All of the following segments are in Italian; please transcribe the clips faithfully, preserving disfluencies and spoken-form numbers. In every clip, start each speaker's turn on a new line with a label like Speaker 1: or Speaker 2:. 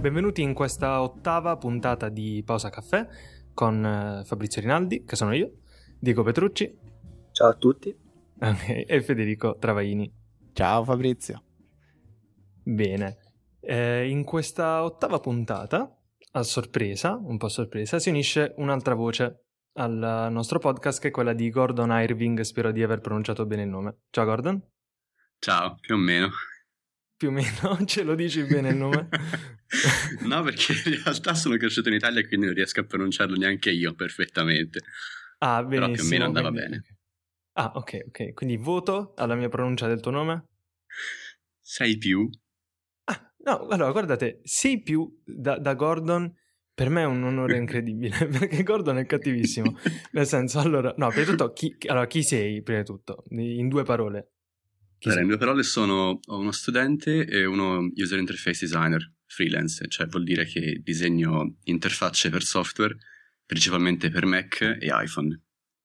Speaker 1: benvenuti in questa ottava puntata di Pausa Caffè con eh, Fabrizio Rinaldi, che sono io, Diego Petrucci.
Speaker 2: Ciao a tutti.
Speaker 1: Okay, e Federico Travaini.
Speaker 3: Ciao Fabrizio.
Speaker 1: Bene, eh, in questa ottava puntata, a sorpresa, un po' sorpresa, si unisce un'altra voce al nostro podcast, che è quella di Gordon Irving. Spero di aver pronunciato bene il nome. Ciao Gordon.
Speaker 4: Ciao, più o meno.
Speaker 1: Più o meno? Ce lo dici bene il nome?
Speaker 4: No, perché in realtà sono cresciuto in Italia e quindi non riesco a pronunciarlo neanche io perfettamente.
Speaker 1: Ah, benissimo.
Speaker 4: Però più o meno andava
Speaker 1: quindi...
Speaker 4: bene.
Speaker 1: Ah, ok, ok. Quindi voto alla mia pronuncia del tuo nome?
Speaker 4: Sei più?
Speaker 1: Ah, no, allora, guardate, sei più da, da Gordon per me è un onore incredibile, perché Gordon è cattivissimo. Nel senso, allora, no, prima di tutto, chi, allora, chi sei, prima di tutto? In due parole. Chi
Speaker 4: Allora,
Speaker 1: sei?
Speaker 4: in due parole sono uno studente e uno user interface designer freelance, cioè vuol dire che disegno interfacce per software, principalmente per Mac e iPhone.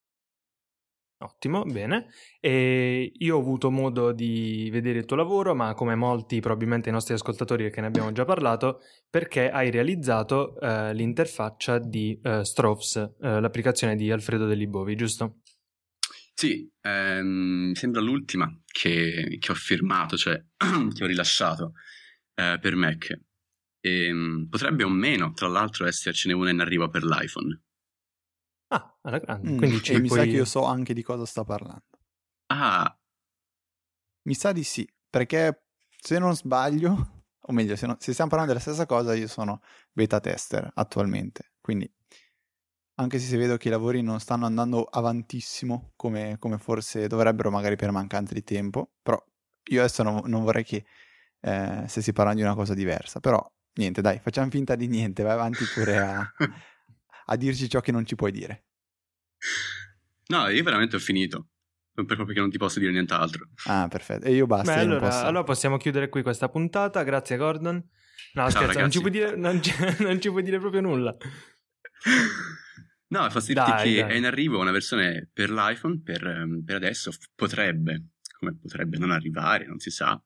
Speaker 1: Ottimo, bene. E io ho avuto modo di vedere il tuo lavoro, ma come molti probabilmente i nostri ascoltatori, che ne abbiamo già parlato, perché hai realizzato eh, l'interfaccia di eh, Strophs, eh, l'applicazione di Alfredo De Libovi, giusto?
Speaker 4: Sì, ehm, mi sembra l'ultima che, che ho firmato, cioè che ho rilasciato eh, per Mac. E, potrebbe o meno, tra l'altro, essercene una in arrivo per l'iPhone.
Speaker 1: Ah, alla grande.
Speaker 3: Mm,
Speaker 1: Quindi ci
Speaker 3: e mi
Speaker 1: puoi...
Speaker 3: sa che io so anche di cosa sta parlando.
Speaker 4: Ah,
Speaker 3: Mi sa di sì, perché se non sbaglio, o meglio, se, non, se stiamo parlando della stessa cosa, io sono beta tester attualmente. Quindi, anche se vedo che i lavori non stanno andando avantissimo, come, come forse dovrebbero, magari per mancanza di tempo, però io adesso non, non vorrei che eh, stessi parlando di una cosa diversa. Però, niente, dai, facciamo finta di niente, vai avanti pure a... a dirci ciò che non ci puoi dire.
Speaker 4: no, io veramente ho finito, proprio perché non ti posso dire nient'altro.
Speaker 3: Ah, perfetto. E io basta.
Speaker 1: Beh,
Speaker 3: io non
Speaker 1: allora,
Speaker 3: posso...
Speaker 1: allora possiamo chiudere qui questa puntata. Grazie Gordon. No,
Speaker 4: Ciao,
Speaker 1: scherzo, non ci,
Speaker 4: ragazzi.
Speaker 1: puoi dire, non, ci, non ci puoi dire proprio nulla.
Speaker 4: No, posso dirti
Speaker 1: Dai,
Speaker 4: che
Speaker 1: dai.
Speaker 4: è in arrivo una versione per l'iPhone, per, ehm, per adesso, potrebbe, come potrebbe non arrivare, non si sa.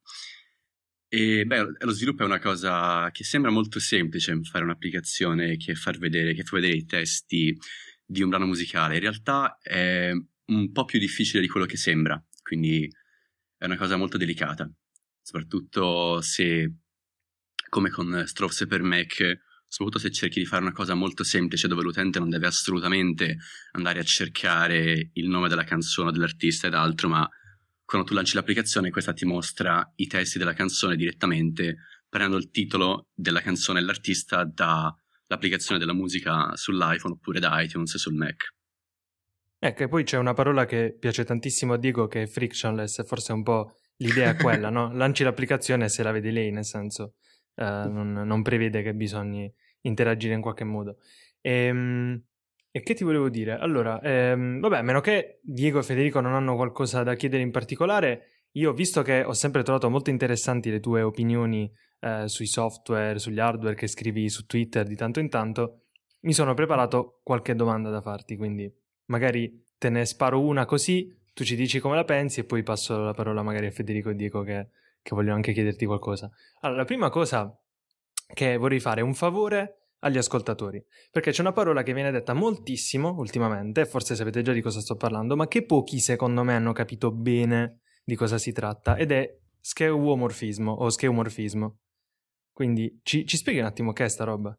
Speaker 4: E beh, lo sviluppo è una cosa che sembra molto semplice, fare un'applicazione che far vedere, che fa vedere i testi di un brano musicale. In realtà è un po' più difficile di quello che sembra, quindi è una cosa molto delicata, soprattutto se, come con Strophs per Mac, soprattutto se cerchi di fare una cosa molto semplice dove l'utente non deve assolutamente andare a cercare il nome della canzone o dell'artista ed altro, ma quando tu lanci l'applicazione questa ti mostra i testi della canzone direttamente, prendendo il titolo della canzone e l'artista dall'applicazione della musica sull'iPhone oppure da iTunes sul Mac.
Speaker 1: Ecco, e poi c'è una parola che piace tantissimo a Diego, che è frictionless, forse un po' l'idea è quella, no? Lanci l'applicazione e se la vede lei, nel senso, eh, non, non prevede che bisogni interagire in qualche modo. Ehm... E che ti volevo dire? Allora, ehm, vabbè, a meno che Diego e Federico non hanno qualcosa da chiedere in particolare, io, visto che ho sempre trovato molto interessanti le tue opinioni eh, sui software, sugli hardware che scrivi su Twitter di tanto in tanto, mi sono preparato qualche domanda da farti, quindi magari te ne sparo una così, tu ci dici come la pensi e poi passo la parola magari a Federico e Diego che, che vogliono anche chiederti qualcosa. Allora, la prima cosa che vorrei fare è un favore agli ascoltatori, perché c'è una parola che viene detta moltissimo ultimamente, forse sapete già di cosa sto parlando, ma che pochi secondo me hanno capito bene di cosa si tratta, ed è skeuomorfismo o skeumorfismo. Quindi ci, ci spieghi un attimo che è sta roba?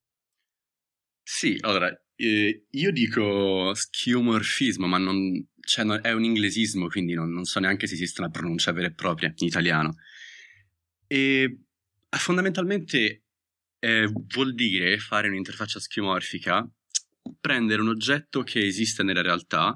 Speaker 4: Sì, allora, eh, io dico schiumorfismo, ma non, cioè, non- è un inglesismo, quindi non, non so neanche se esiste una pronuncia vera e propria in italiano. E eh, fondamentalmente eh, vuol dire fare un'interfaccia schiumorfica, prendere un oggetto che esiste nella realtà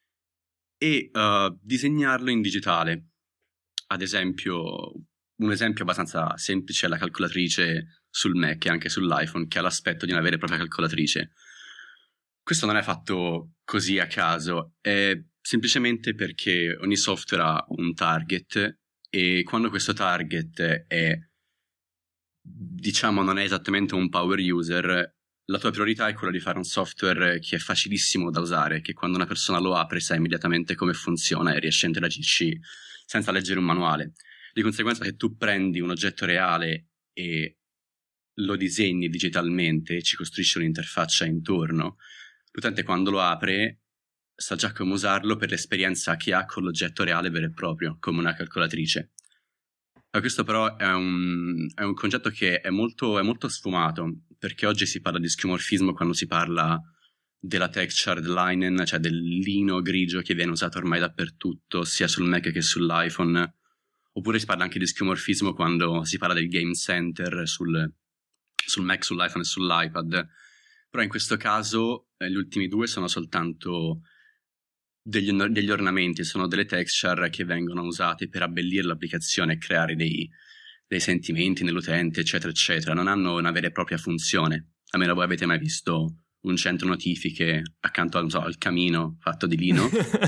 Speaker 4: e eh, disegnarlo in digitale. Ad esempio, un esempio abbastanza semplice è la calcolatrice sul Mac e anche sull'iPhone, che ha l'aspetto di una vera e propria calcolatrice. Questo non è fatto così a caso, è semplicemente perché ogni software ha un target e quando questo target è, diciamo, non è esattamente un power user, la tua priorità è quella di fare un software che è facilissimo da usare, che quando una persona lo apre sa immediatamente come funziona e riesce a interagirci senza leggere un manuale. Di conseguenza, se tu prendi un oggetto reale e lo disegni digitalmente e ci costruisci un'interfaccia intorno, l'utente quando lo apre sa già come usarlo per l'esperienza che ha con l'oggetto reale vero e proprio, come una calcolatrice. Ma questo però è un, è un concetto che è molto, è molto sfumato, perché oggi si parla di skeuomorfismo quando si parla della textured linen, cioè del lino grigio che viene usato ormai dappertutto, sia sul Mac che sull'iPhone, oppure si parla anche di skeuomorfismo quando si parla del game center sul, sul Mac, sull'iPhone e sull'iPad. Però in questo caso eh, gli ultimi due sono soltanto degli, degli ornamenti, sono delle texture che vengono usate per abbellire l'applicazione e creare dei, dei sentimenti nell'utente, eccetera, eccetera. Non hanno una vera e propria funzione. Almeno voi avete mai visto un centro notifiche accanto al, non so, al camino fatto di lino?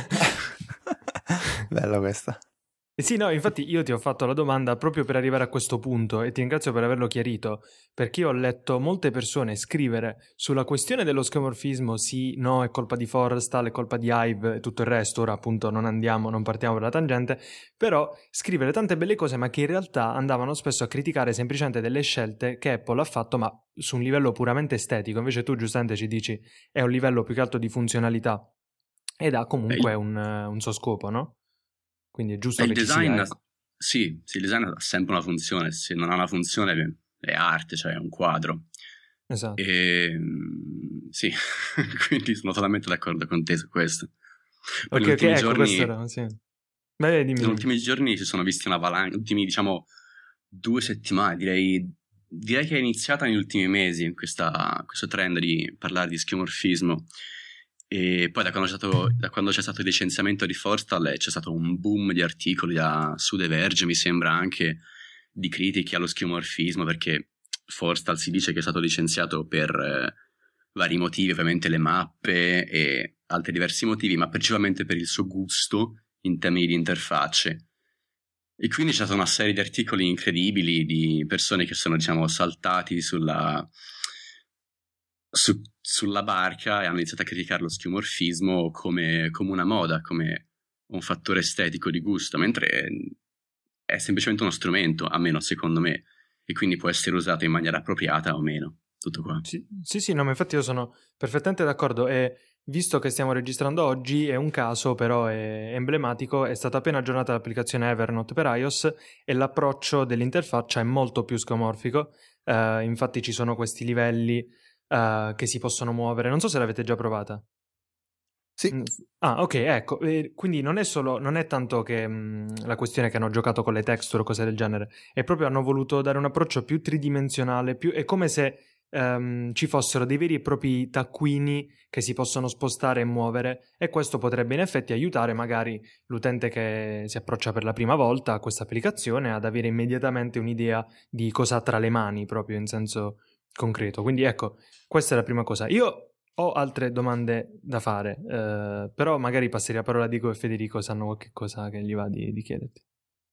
Speaker 3: Bella questa.
Speaker 1: Eh sì, no, infatti io ti ho fatto la domanda proprio per arrivare a questo punto e ti ringrazio per averlo chiarito, perché io ho letto molte persone scrivere sulla questione dello skeuomorfismo, sì, no, è colpa di Forrestal, è colpa di Hive e tutto il resto, ora appunto non andiamo, non partiamo per la tangente, però scrivere tante belle cose ma che in realtà andavano spesso a criticare semplicemente delle scelte che Apple ha fatto ma su un livello puramente estetico, invece tu giustamente ci dici è un livello più che altro di funzionalità ed ha comunque
Speaker 4: Beh,
Speaker 1: un, un suo scopo, no? Quindi è giusto
Speaker 4: il
Speaker 1: che ci
Speaker 4: design,
Speaker 1: sia, ecco.
Speaker 4: sì, sì, il design ha sempre una funzione, se non ha una funzione è arte, cioè è un quadro.
Speaker 1: Esatto.
Speaker 4: E, sì, quindi sono totalmente d'accordo con te su questo. Poi
Speaker 1: Ok,
Speaker 4: negli
Speaker 1: ok,
Speaker 4: ultimi
Speaker 1: ecco,
Speaker 4: giorni,
Speaker 1: questo era, sì. Beh, dimmi.
Speaker 4: negli ultimi giorni si sono visti una valanga, negli ultimi, diciamo, due settimane, direi, direi che è iniziata negli ultimi mesi questa, questo trend di parlare di skeuomorfismo. E poi da quando, c'è stato, da quando c'è stato il licenziamento di Forrestal c'è stato un boom di articoli da, su The Verge, mi sembra, anche di critiche allo skeuomorfismo, perché Forrestal si dice che è stato licenziato per eh, vari motivi, ovviamente le mappe e altri diversi motivi, ma principalmente per il suo gusto in termini di interfacce. E quindi c'è stata una serie di articoli incredibili di persone che sono, diciamo, saltati sulla... Su, sulla barca e hanno iniziato a criticare lo skeuomorfismo come, come una moda, come un fattore estetico di gusto, mentre è semplicemente uno strumento, almeno secondo me, e quindi può essere usato in maniera appropriata o meno. Tutto qua.
Speaker 1: Sì, sì, sì, no, ma infatti io sono perfettamente d'accordo e visto che stiamo registrando oggi è un caso però è emblematico, è stata appena aggiornata l'applicazione Evernote per iOS e l'approccio dell'interfaccia è molto più skeuomorfico, uh, infatti ci sono questi livelli Uh, che si possono muovere. Non so se l'avete già provata.
Speaker 3: Sì.
Speaker 1: Ah, ok, ecco. E quindi non è solo, non è tanto che mh, la questione che hanno giocato con le texture o cose del genere, è proprio hanno voluto dare un approccio più tridimensionale, più, è come se um, ci fossero dei veri e propri taccuini che si possono spostare e muovere e questo potrebbe in effetti aiutare magari l'utente che si approccia per la prima volta a questa applicazione ad avere immediatamente un'idea di cosa ha tra le mani, proprio in senso concreto. Quindi ecco, questa è la prima cosa. Io ho altre domande da fare, eh, però magari passerei la parola a Diego e Federico, sanno qualche cosa che gli va di, di chiederti.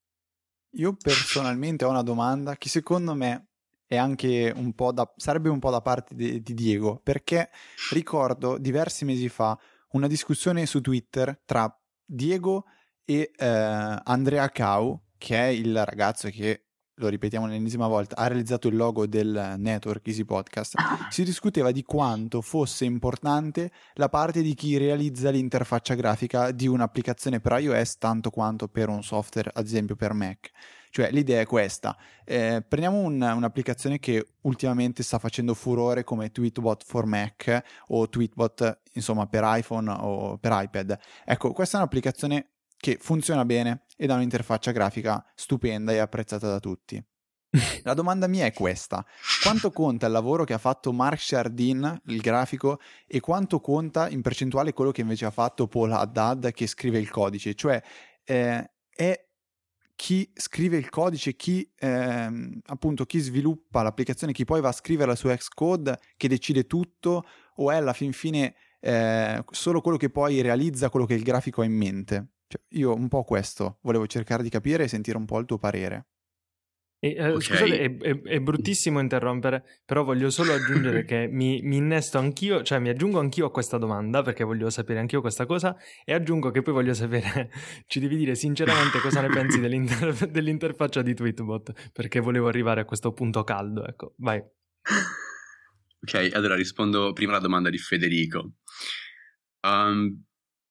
Speaker 3: Io personalmente ho una domanda che secondo me è anche un po' da, sarebbe un po' da parte di, di Diego, perché ricordo diversi mesi fa una discussione su Twitter tra Diego e eh, Andrea Cau, che è il ragazzo che, lo ripetiamo l'ennesima volta, ha realizzato il logo del network Easy Podcast. Si discuteva di quanto fosse importante la parte di chi realizza l'interfaccia grafica di un'applicazione per iOS tanto quanto per un software, ad esempio per Mac. Cioè l'idea è questa, eh, prendiamo un, un'applicazione che ultimamente sta facendo furore come Tweetbot for Mac o Tweetbot insomma per iPhone o per iPad. Ecco, questa è un'applicazione che funziona bene ed ha un'interfaccia grafica stupenda e apprezzata da tutti. La domanda mia è questa: quanto conta il lavoro che ha fatto Mark Chardin, il grafico, e quanto conta in percentuale quello che invece ha fatto Paul Haddad, che scrive il codice? Cioè eh, è chi scrive il codice, chi ehm, appunto chi sviluppa l'applicazione, chi poi va a scrivere la sua Xcode, che decide tutto, o è alla fin fine eh, solo quello che poi realizza quello che il grafico ha in mente? Cioè, io un po' questo volevo cercare di capire e sentire un po' il tuo parere.
Speaker 1: E, eh,
Speaker 4: Okay.
Speaker 1: Scusate, è, è, è bruttissimo interrompere, però voglio solo aggiungere che mi, mi innesto anch'io, cioè mi aggiungo anch'io a questa domanda perché voglio sapere anch'io questa cosa e aggiungo che poi voglio sapere, ci devi dire sinceramente cosa ne pensi dell'inter- dell'interfaccia di Tweetbot, perché volevo arrivare a questo punto caldo, ecco, vai.
Speaker 4: Ok, allora rispondo prima alla domanda di Federico. Um,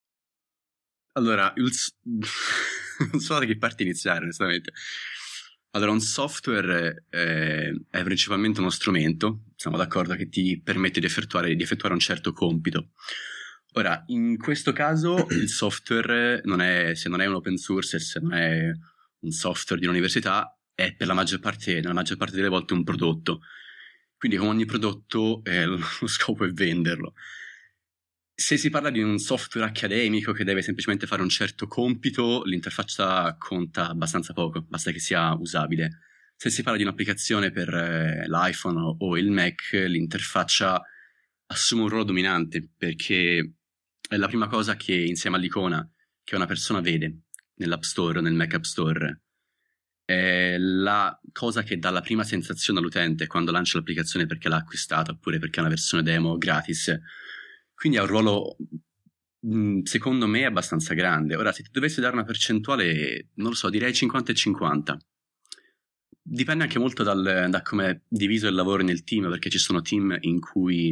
Speaker 4: allora, il... non so da che parte iniziare, onestamente. Allora, un software eh, è principalmente uno strumento, siamo d'accordo, che ti permette di effettuare, di effettuare un certo compito. Ora, in questo caso il software non è, se non è un open source, se non è un software di un'università, è per la maggior parte, nella maggior parte delle volte un prodotto. Quindi come ogni prodotto eh, lo scopo è venderlo. Se si parla di un software accademico che deve semplicemente fare un certo compito, l'interfaccia conta abbastanza poco, basta che sia usabile. Se si parla di un'applicazione per eh, l'iPhone o, o il Mac, l'interfaccia assume un ruolo dominante, perché è la prima cosa che insieme all'icona che una persona vede nell'App Store o nel Mac App Store. È la cosa che dà la prima sensazione all'utente quando lancia l'applicazione perché l'ha acquistata oppure perché è una versione demo gratis. Quindi ha un ruolo, secondo me, abbastanza grande. Ora, se ti dovessi dare una percentuale, non lo so, direi cinquanta e cinquanta. Dipende anche molto dal, da come è diviso il lavoro nel team, perché ci sono team in cui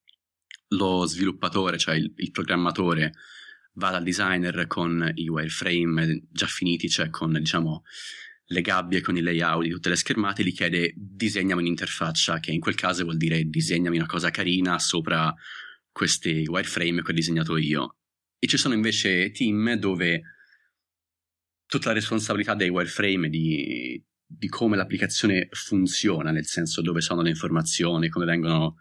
Speaker 4: lo sviluppatore, cioè il, il programmatore, va dal designer con i wireframe già finiti, cioè con, diciamo, le gabbie, con i layout di tutte le schermate, gli chiede disegnami un'interfaccia, che in quel caso vuol dire disegnami una cosa carina sopra questi wireframe che ho disegnato io. E ci sono invece team dove tutta la responsabilità dei wireframe, di, di come l'applicazione funziona, nel senso dove sono le informazioni, come vengono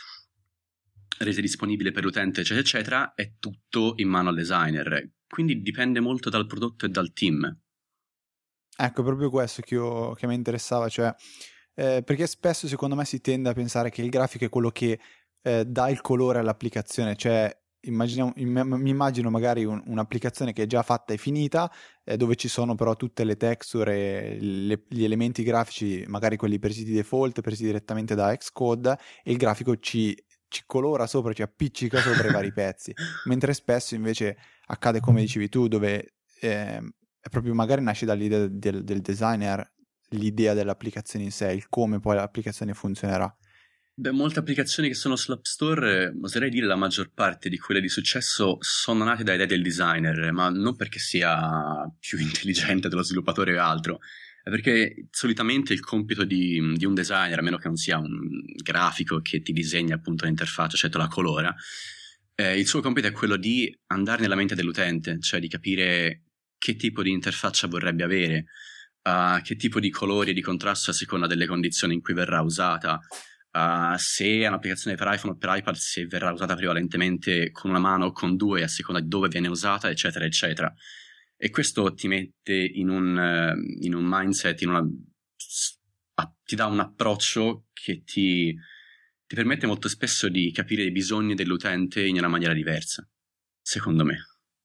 Speaker 4: rese disponibili per l'utente, eccetera, eccetera, è tutto in mano al designer. Quindi dipende molto dal prodotto e dal team.
Speaker 3: Ecco, proprio questo che, io, che mi interessava, cioè eh, perché spesso secondo me si tende a pensare che il grafico è quello che eh, dà il colore all'applicazione, cioè immaginiamo, mi immagino magari un, un'applicazione che è già fatta e finita, eh, dove ci sono però tutte le texture e le, gli elementi grafici, magari quelli presi di default, presi direttamente da Xcode, e il grafico ci, ci colora sopra, ci appiccica sopra i vari pezzi, mentre spesso invece accade come dicevi tu, dove eh, è proprio magari nasce dall'idea del, del designer, l'idea dell'applicazione in sé, il come poi l'applicazione funzionerà.
Speaker 4: Beh, molte applicazioni che sono sull'App Store, oserei dire la maggior parte di quelle di successo, sono nate da idee del designer, ma non perché sia più intelligente dello sviluppatore o altro, è perché solitamente il compito di, di un designer, a meno che non sia un grafico che ti disegna appunto l'interfaccia, cioè te la colora, eh, il suo compito è quello di andare nella mente dell'utente, cioè di capire che tipo di interfaccia vorrebbe avere, uh, che tipo di colori e di contrasto a seconda delle condizioni in cui verrà usata, uh, se è un'applicazione per iPhone o per iPad, se verrà usata prevalentemente con una mano o con due, a seconda di dove viene usata, eccetera, eccetera. E questo ti mette in un, uh, in un mindset, in una, uh, ti dà un approccio che ti, ti permette molto spesso di capire i bisogni dell'utente in una maniera diversa, secondo me.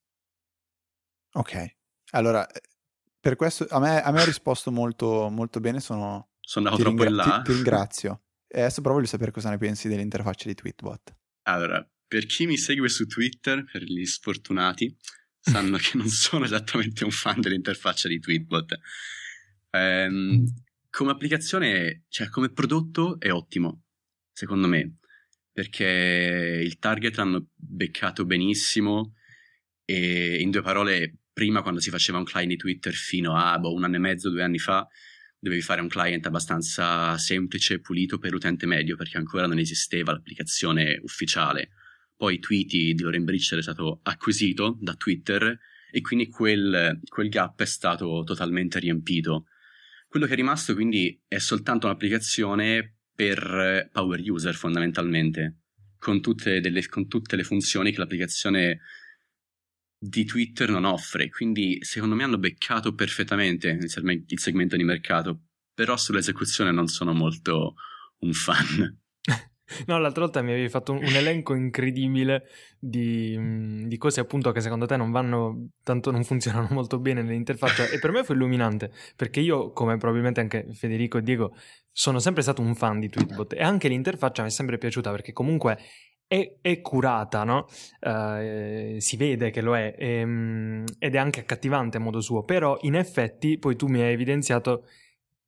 Speaker 3: Ok. Allora, per questo a me, a me ha risposto molto, molto bene, sono,
Speaker 4: sono andato troppo
Speaker 3: ringra-
Speaker 4: in là.
Speaker 3: Ti, ti ringrazio. E adesso però voglio sapere cosa ne pensi dell'interfaccia di Tweetbot.
Speaker 4: Allora, per chi mi segue su Twitter, per gli sfortunati, sanno che non sono esattamente un fan dell'interfaccia di Tweetbot. Ehm, come applicazione, cioè come prodotto è ottimo, secondo me, perché il target l'hanno beccato benissimo. E in due parole, prima quando si faceva un client di Twitter fino a boh, un anno e mezzo, due anni fa, dovevi fare un client abbastanza semplice e pulito per l'utente medio, perché ancora non esisteva l'applicazione ufficiale. Poi Tweety di Loren Bridger è stato acquisito da Twitter e quindi quel, quel gap è stato totalmente riempito. Quello che è rimasto quindi è soltanto un'applicazione per power user fondamentalmente, con tutte, delle, con tutte le funzioni che l'applicazione di Twitter non offre, quindi secondo me hanno beccato perfettamente il, seg- il segmento di mercato, però sull'esecuzione non sono molto un fan.
Speaker 1: No, l'altra volta mi avevi fatto un, un elenco incredibile di, di cose appunto che secondo te non vanno, tanto non funzionano molto bene nell'interfaccia, e per me fu illuminante, perché io, come probabilmente anche Federico e Diego, sono sempre stato un fan di Tweetbot, e anche l'interfaccia mi è sempre piaciuta perché comunque È, è curata, no? Uh, si vede che lo è, e, ed è anche accattivante a modo suo, però in effetti poi tu mi hai evidenziato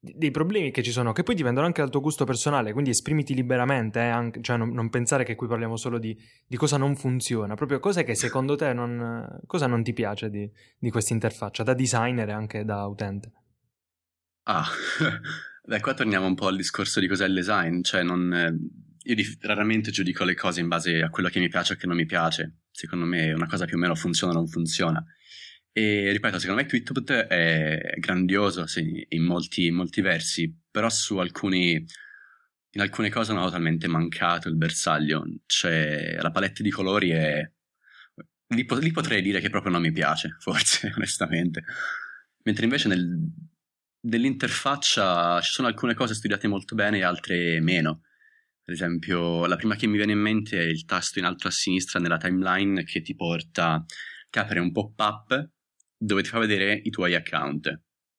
Speaker 1: dei problemi che ci sono, che poi dipendono anche dal tuo gusto personale, quindi esprimiti liberamente, eh, anche, cioè non, non pensare che qui parliamo solo di, di cosa non funziona, proprio cose che secondo te non, cosa non ti piace di, di questa interfaccia, da designer e anche da utente.
Speaker 4: Ah, beh, qua torniamo un po' al discorso di cos'è il design, cioè non, eh, io di, raramente giudico le cose in base a quello che mi piace o che non mi piace, secondo me una cosa più o meno funziona o non funziona. E ripeto, secondo me Tweetbot è grandioso, sì, in molti, in molti versi, però su alcuni, in alcune cose non ho totalmente mancato il bersaglio, cioè la palette di colori è, lì, po- lì potrei dire che proprio non mi piace, forse, onestamente, mentre invece nel, nell'interfaccia ci sono alcune cose studiate molto bene e altre meno. Per esempio, la prima che mi viene in mente è il tasto in alto a sinistra nella timeline che ti porta, che apre un pop-up dove ti fa vedere i tuoi account.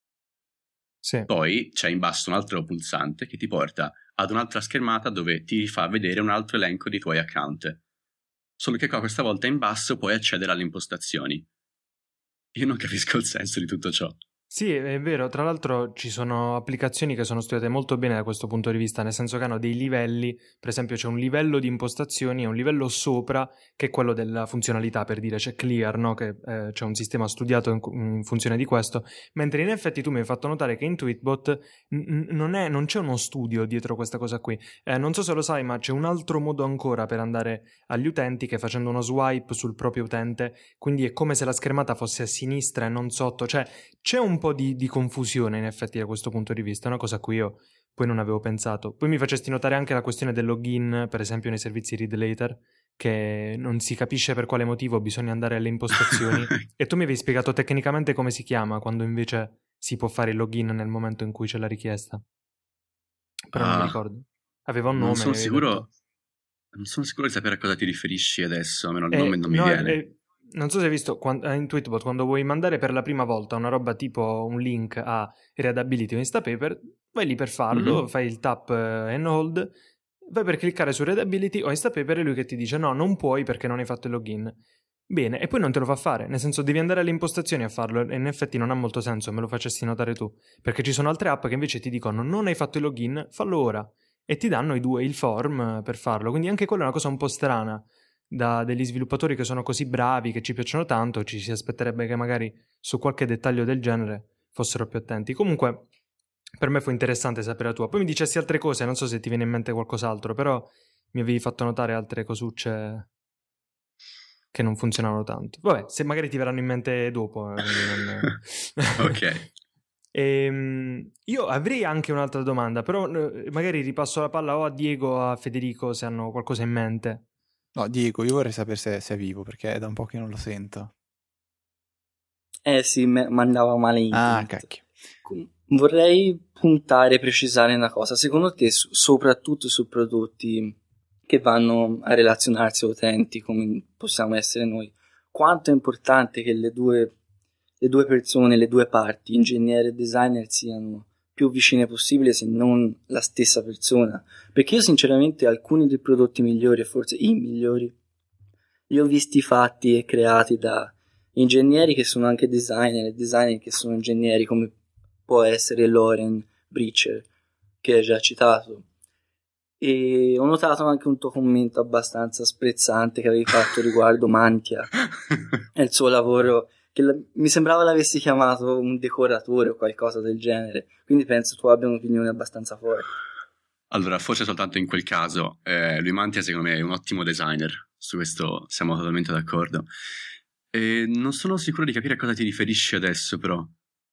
Speaker 1: Sì.
Speaker 4: Poi c'è in basso un altro pulsante che ti porta ad un'altra schermata dove ti fa vedere un altro elenco di tuoi account. Solo che qua questa volta in basso puoi accedere alle impostazioni. Io non capisco il senso di tutto ciò.
Speaker 1: Sì, è vero, tra l'altro ci sono applicazioni che sono studiate molto bene da questo punto di vista, nel senso che hanno dei livelli, per esempio c'è un livello di impostazioni e un livello sopra che è quello della funzionalità, per dire c'è Clear, no? Che eh, c'è un sistema studiato in, in funzione di questo, mentre in effetti tu mi hai fatto notare che in Tweetbot n- non, è, non c'è uno studio dietro questa cosa qui, eh, non so se lo sai, ma c'è un altro modo ancora per andare agli utenti che facendo uno swipe sul proprio utente, quindi è come se la schermata fosse a sinistra e non sotto, cioè c'è un po' di, di confusione in effetti da questo punto di vista, è una cosa a cui io poi non avevo pensato. Poi mi facesti notare anche la questione del login, per esempio nei servizi read later, che non si capisce per quale motivo bisogna andare alle impostazioni e tu mi avevi spiegato tecnicamente come si chiama quando invece si può fare il login nel momento in cui c'è la richiesta, però uh, non mi ricordo, aveva un
Speaker 4: non
Speaker 1: nome.
Speaker 4: Sono sicuro, non sono sicuro di sapere a cosa ti riferisci adesso, almeno il
Speaker 1: eh,
Speaker 4: nome non mi
Speaker 1: no,
Speaker 4: viene.
Speaker 1: Eh, non so se hai visto quando, in Tweetbot quando vuoi mandare per la prima volta una roba tipo un link a Readability o Instapaper, vai lì per farlo, mm-hmm. fai il tap and hold, vai per cliccare su Readability o Instapaper e lui che ti dice no, non puoi perché non hai fatto il login. Bene, e poi non te lo fa fare, nel senso devi andare alle impostazioni a farlo e in effetti non ha molto senso, me lo facessi notare tu, perché ci sono altre app che invece ti dicono non hai fatto il login, fallo ora e ti danno i due, il form per farlo, quindi anche quella è una cosa un po' strana. Da degli sviluppatori che sono così bravi, che ci piacciono tanto, ci si aspetterebbe che magari su qualche dettaglio del genere fossero più attenti. Comunque per me fu interessante sapere la tua. Poi mi dicessi altre cose, non so se ti viene in mente qualcos'altro, però mi avevi fatto notare altre cosucce che non funzionavano tanto. Vabbè, se magari ti verranno in mente dopo. Non...
Speaker 4: Ok.
Speaker 1: E, io avrei anche un'altra domanda, però magari ripasso la palla o a Diego o a Federico se hanno qualcosa in mente.
Speaker 3: No, Diego, io vorrei sapere se, se è vivo, perché è da un po' che non lo sento.
Speaker 2: Eh sì, mi andava male in
Speaker 3: Ah, cacchio.
Speaker 2: Vorrei puntare e precisare una cosa. Secondo te, su, soprattutto su prodotti che vanno a relazionarsi a utenti, come possiamo essere noi, quanto è importante che le due, le due persone, le due parti, ingegnere e designer, siano più vicine possibile, se non la stessa persona? Perché io sinceramente alcuni dei prodotti migliori, e forse i migliori, li ho visti fatti e creati da ingegneri che sono anche designer e designer che sono ingegneri, come può essere Loren Breacher, che hai già citato. E ho notato anche un tuo commento abbastanza sprezzante che avevi fatto riguardo Mantia e il suo lavoro, che la, mi sembrava l'avessi chiamato un decoratore o qualcosa del genere, quindi penso tu abbia un'opinione abbastanza forte.
Speaker 4: Allora, forse soltanto in quel caso, eh, lui Mantia secondo me è un ottimo designer, su questo siamo totalmente d'accordo. E non sono sicuro di capire a cosa ti riferisci adesso, però.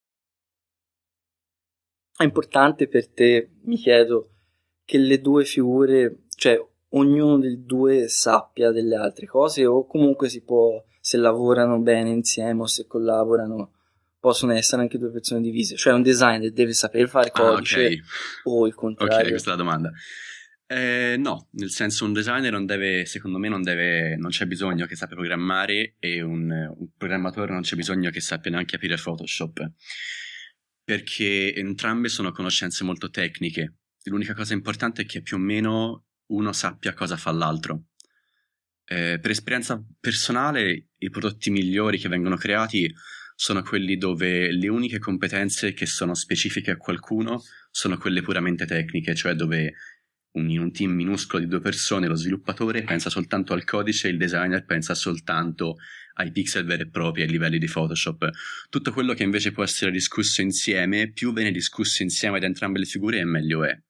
Speaker 2: È importante per te, mi chiedo, che le due figure, cioè ognuno dei due sappia delle altre cose, o comunque si può, se lavorano bene insieme o se collaborano, possono essere anche due persone divise, cioè un designer deve saper fare codice, ah, okay. o il contrario.
Speaker 4: Ok, questa è la domanda. Eh, no, nel senso un designer non deve, secondo me non deve, non c'è bisogno che sappia programmare e un, un programmatore non c'è bisogno che sappia neanche aprire Photoshop, perché entrambe sono conoscenze molto tecniche. L'unica cosa importante è che più o meno uno sappia cosa fa l'altro. Eh, per esperienza personale, i prodotti migliori che vengono creati sono quelli dove le uniche competenze che sono specifiche a qualcuno sono quelle puramente tecniche, cioè dove un, in un team minuscolo di due persone lo sviluppatore pensa soltanto al codice e il designer pensa soltanto ai pixel veri e propri, ai livelli di Photoshop. Tutto quello che invece può essere discusso insieme, più viene discusso insieme da entrambe le figure e meglio è.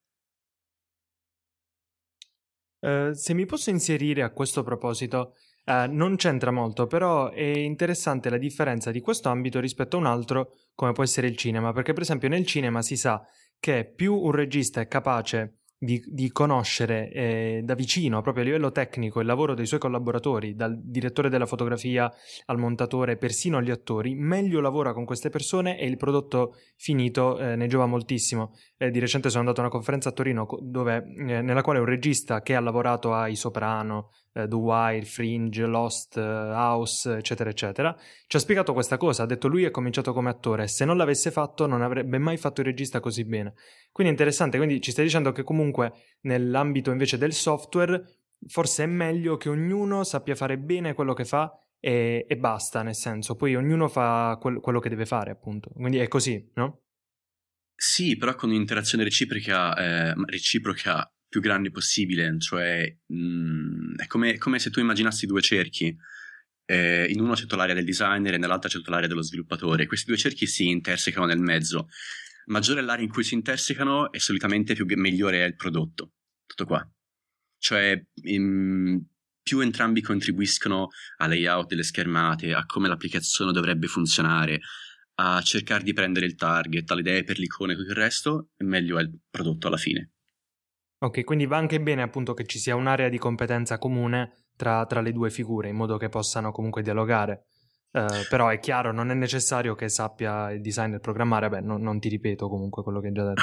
Speaker 1: Uh, se mi posso inserire a questo proposito, uh, non c'entra molto, però è interessante la differenza di questo ambito rispetto a un altro come può essere il cinema, perché per esempio nel cinema si sa che più un regista è capace di, di conoscere eh, da vicino, proprio a livello tecnico, il lavoro dei suoi collaboratori, dal direttore della fotografia al montatore, persino agli attori, meglio lavora con queste persone e il prodotto finito eh, ne giova moltissimo. Eh, di recente sono andato a una conferenza a Torino dove, eh, nella quale un regista che ha lavorato a I Soprano, eh, The Wire, Fringe, Lost, eh, House, eccetera eccetera, ci ha spiegato questa cosa. Ha detto lui è cominciato come attore, se non l'avesse fatto non avrebbe mai fatto il regista così bene. Quindi è interessante, quindi ci stai dicendo che comunque nell'ambito invece del software forse è meglio che ognuno sappia fare bene quello che fa e, e basta, nel senso poi ognuno fa quel, quello che deve fare, appunto. Quindi è così, no?
Speaker 4: Sì, però con un'interazione reciproca, eh, reciproca più grande possibile, cioè mh, è come, come se tu immaginassi due cerchi, eh, in uno c'è l'area del designer e nell'altro c'è l'area dello sviluppatore. Questi due cerchi si intersecano nel mezzo. Maggiore è l'area in cui si intersecano e solitamente più migliore è il prodotto. Tutto qua. Cioè in, più entrambi contribuiscono al layout delle schermate, a come l'applicazione dovrebbe funzionare, a cercare di prendere il target, alle idee per l'icona e tutto il resto, e meglio è il prodotto alla fine.
Speaker 1: Ok, quindi va anche bene appunto che ci sia un'area di competenza comune tra, tra le due figure, in modo che possano comunque dialogare. Uh, però è chiaro, non è necessario che sappia il designer programmare. Beh, no, non ti ripeto comunque quello che hai già detto.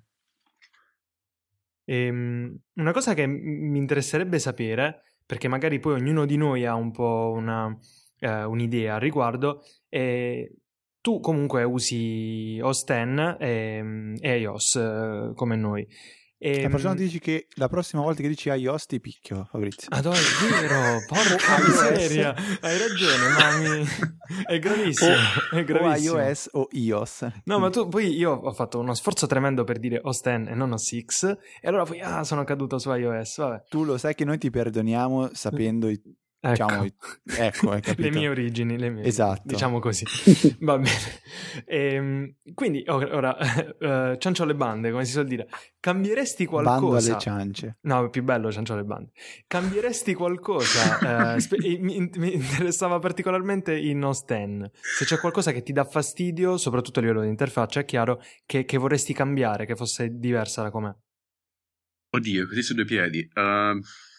Speaker 1: E, um, una cosa che m- mi interesserebbe sapere, perché magari poi ognuno di noi ha un po' una, uh, un'idea al riguardo, è... Tu comunque usi O S X e, e iOS uh, come noi. E,
Speaker 3: la prossima dici che la prossima volta che dici iOS ti picchio, Fabrizio.
Speaker 1: Ah, no, è vero, porca miseria, hai ragione, ma mi... è gravissimo,
Speaker 3: o,
Speaker 1: è gravissimo.
Speaker 3: O iOS o iOS.
Speaker 1: No, ma tu poi io ho fatto uno sforzo tremendo per dire O S X e non O S X e allora poi ah, sono caduto su iOS, vabbè.
Speaker 3: Tu lo sai che noi ti perdoniamo sapendo i
Speaker 1: Ecco.
Speaker 3: Diciamo, ecco, hai capito.
Speaker 1: Le mie origini, le mie,
Speaker 3: esatto.
Speaker 1: Diciamo così. Va bene. E, quindi, ora, uh, ciancio alle bande, come si suol dire. Cambieresti qualcosa...
Speaker 3: Bando alle ciance.
Speaker 1: No, è più bello ciancio alle bande. Cambieresti qualcosa? uh, spe- mi, mi interessava particolarmente in O S X. Se c'è qualcosa che ti dà fastidio, soprattutto a livello di interfaccia, è chiaro, che, che vorresti cambiare, che fosse diversa da com'è.
Speaker 4: Oddio, così su due piedi. Uh...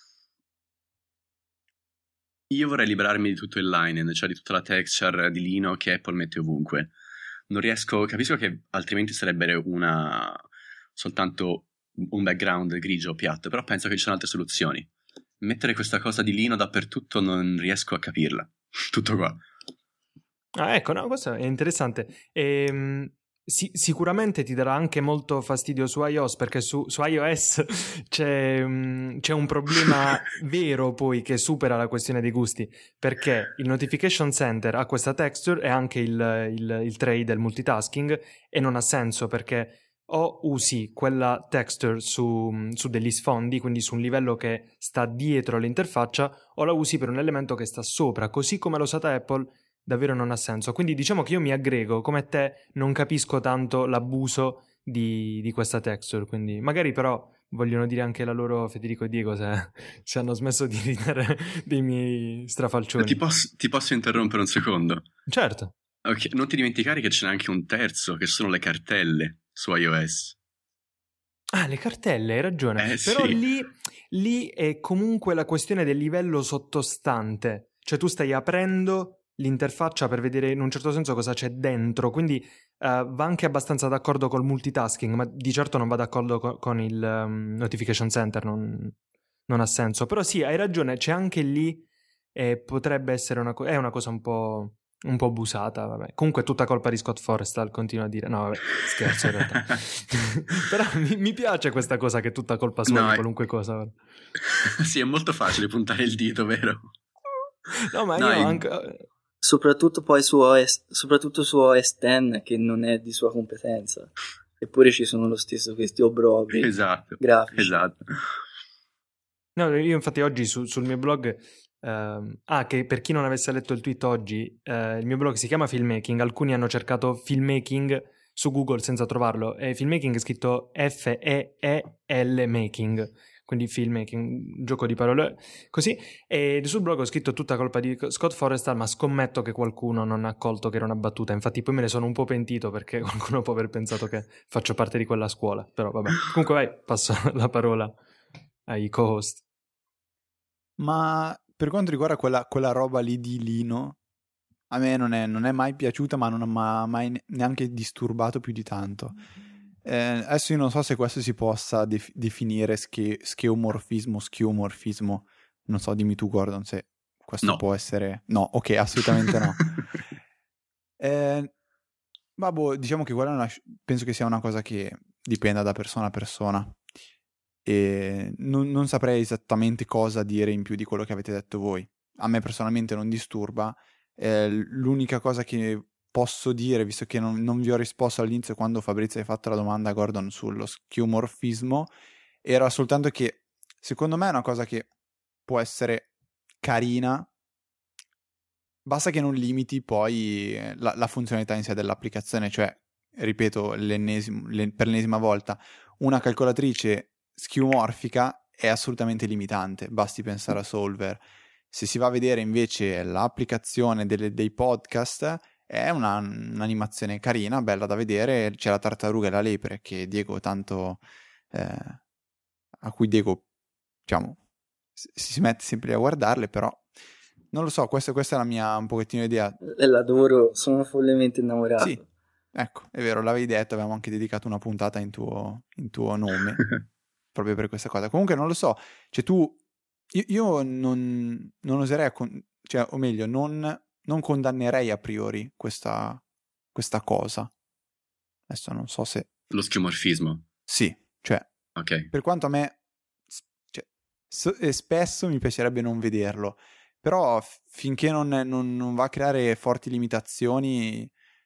Speaker 4: Io vorrei liberarmi di tutto il line, cioè di tutta la texture di Lino che Apple mette ovunque. Non riesco, capisco che altrimenti sarebbe una soltanto un background grigio o piatto, però penso che ci siano altre soluzioni. Mettere questa cosa di Lino dappertutto non riesco a capirla. Tutto qua.
Speaker 1: Ah, ecco, no, questo è interessante. Ehm... Sì, sicuramente ti darà anche molto fastidio su iOS, perché su, su iOS c'è, um, c'è un problema vero poi che supera la questione dei gusti, perché il Notification Center ha questa texture e anche il, il, il tray del multitasking, e non ha senso perché o usi quella texture su, su degli sfondi, quindi su un livello che sta dietro l'interfaccia, o la usi per un elemento che sta sopra, così come l'ha usata Apple. Davvero non ha senso. Quindi diciamo che io mi aggrego, come te non capisco tanto l'abuso di, di questa texture, quindi magari però vogliono dire anche la loro, Federico e Diego, se, se hanno smesso di ridere dei miei strafalcioni.
Speaker 4: Ti posso, ti posso interrompere un secondo?
Speaker 1: Certo.
Speaker 4: Ok, non ti dimenticare che c'è anche un terzo, che sono le cartelle su iOS.
Speaker 1: Ah, le cartelle, hai ragione.
Speaker 4: Eh,
Speaker 1: però
Speaker 4: sì.
Speaker 1: lì, lì è comunque la questione del livello sottostante, cioè tu stai aprendo l'interfaccia per vedere in un certo senso cosa c'è dentro, quindi uh, va anche abbastanza d'accordo col multitasking, ma di certo non va d'accordo co- con il um, Notification Center, non, non ha senso. Però sì, hai ragione, c'è anche lì e potrebbe essere una, co- è una cosa un po', un po' abusata, vabbè. Comunque è tutta colpa di Scott Forstall, continua a dire. No, vabbè, scherzo in realtà. Però mi, mi piace questa cosa che è tutta colpa sua
Speaker 4: No,
Speaker 1: di
Speaker 4: è...
Speaker 1: qualunque cosa.
Speaker 4: Sì, è molto facile puntare il dito, vero?
Speaker 1: No, ma
Speaker 4: no,
Speaker 1: io
Speaker 4: in...
Speaker 1: anche...
Speaker 2: soprattutto poi su O S, soprattutto su O S dieci che non è di sua competenza, eppure ci sono lo stesso questi obrobri
Speaker 4: esatto,
Speaker 2: grafici.
Speaker 4: Esatto.
Speaker 1: No, io infatti oggi su, sul mio blog, ehm, ah, che per chi non avesse letto il tweet oggi, eh, il mio blog si chiama Filmmaking, alcuni hanno cercato Filmmaking su Google senza trovarlo, e Filmmaking è scritto F E E L Making, quindi Filmmaking, un gioco di parole così, e sul blog ho scritto tutta colpa di Scott Forrestal, ma scommetto che qualcuno non ha colto che era una battuta, infatti poi me ne sono un po' pentito perché qualcuno può aver pensato che faccio parte di quella scuola, però vabbè, comunque vai, passo la parola ai co-host.
Speaker 3: Ma per quanto riguarda quella, quella roba lì di Lino, a me non è, non è mai piaciuta, ma non ha mai neanche disturbato più di tanto. Eh, adesso io non so se questo si possa def- definire sche- scheomorfismo, schiomorfismo. Non so, dimmi tu, Gordon, se questo
Speaker 4: No.
Speaker 3: può essere... No, ok, assolutamente no. eh, Vabbè, diciamo che quella è una... penso che sia una cosa che dipenda da persona a persona. E non, non saprei esattamente cosa dire in più di quello che avete detto voi. A me personalmente non disturba. Eh, l'unica cosa che posso dire, visto che non, non vi ho risposto all'inizio quando Fabrizio hai fatto la domanda a Gordon sullo schiomorfismo, era soltanto che secondo me è una cosa che può essere carina, basta che non limiti poi la, la funzionalità in sé dell'applicazione, cioè, ripeto l'ennesimo, l'en- per l'ennesima volta, una calcolatrice schiomorfica è assolutamente limitante, basti pensare a Solver. Se si va a vedere invece l'applicazione delle, dei podcast, è una, un'animazione carina, bella da vedere, c'è la tartaruga e la lepre che Diego tanto eh, a cui Diego, diciamo, si mette sempre a guardarle, però non lo so, questa, questa è la mia un pochettino idea.
Speaker 2: L'adoro, sono follemente innamorato.
Speaker 3: Sì, ecco, è vero, l'avevi detto, avevamo anche dedicato una puntata in tuo, in tuo nome, proprio per questa cosa. Comunque non lo so, cioè tu, io, io non, non oserei, con, cioè, o meglio, non, non condannerei a priori questa, questa cosa. Adesso non so se...
Speaker 4: Lo schiomorfismo?
Speaker 3: Sì, cioè,
Speaker 4: ok.
Speaker 3: Per quanto a me, cioè, so, spesso mi piacerebbe non vederlo, però finché non, non, non va a creare forti limitazioni,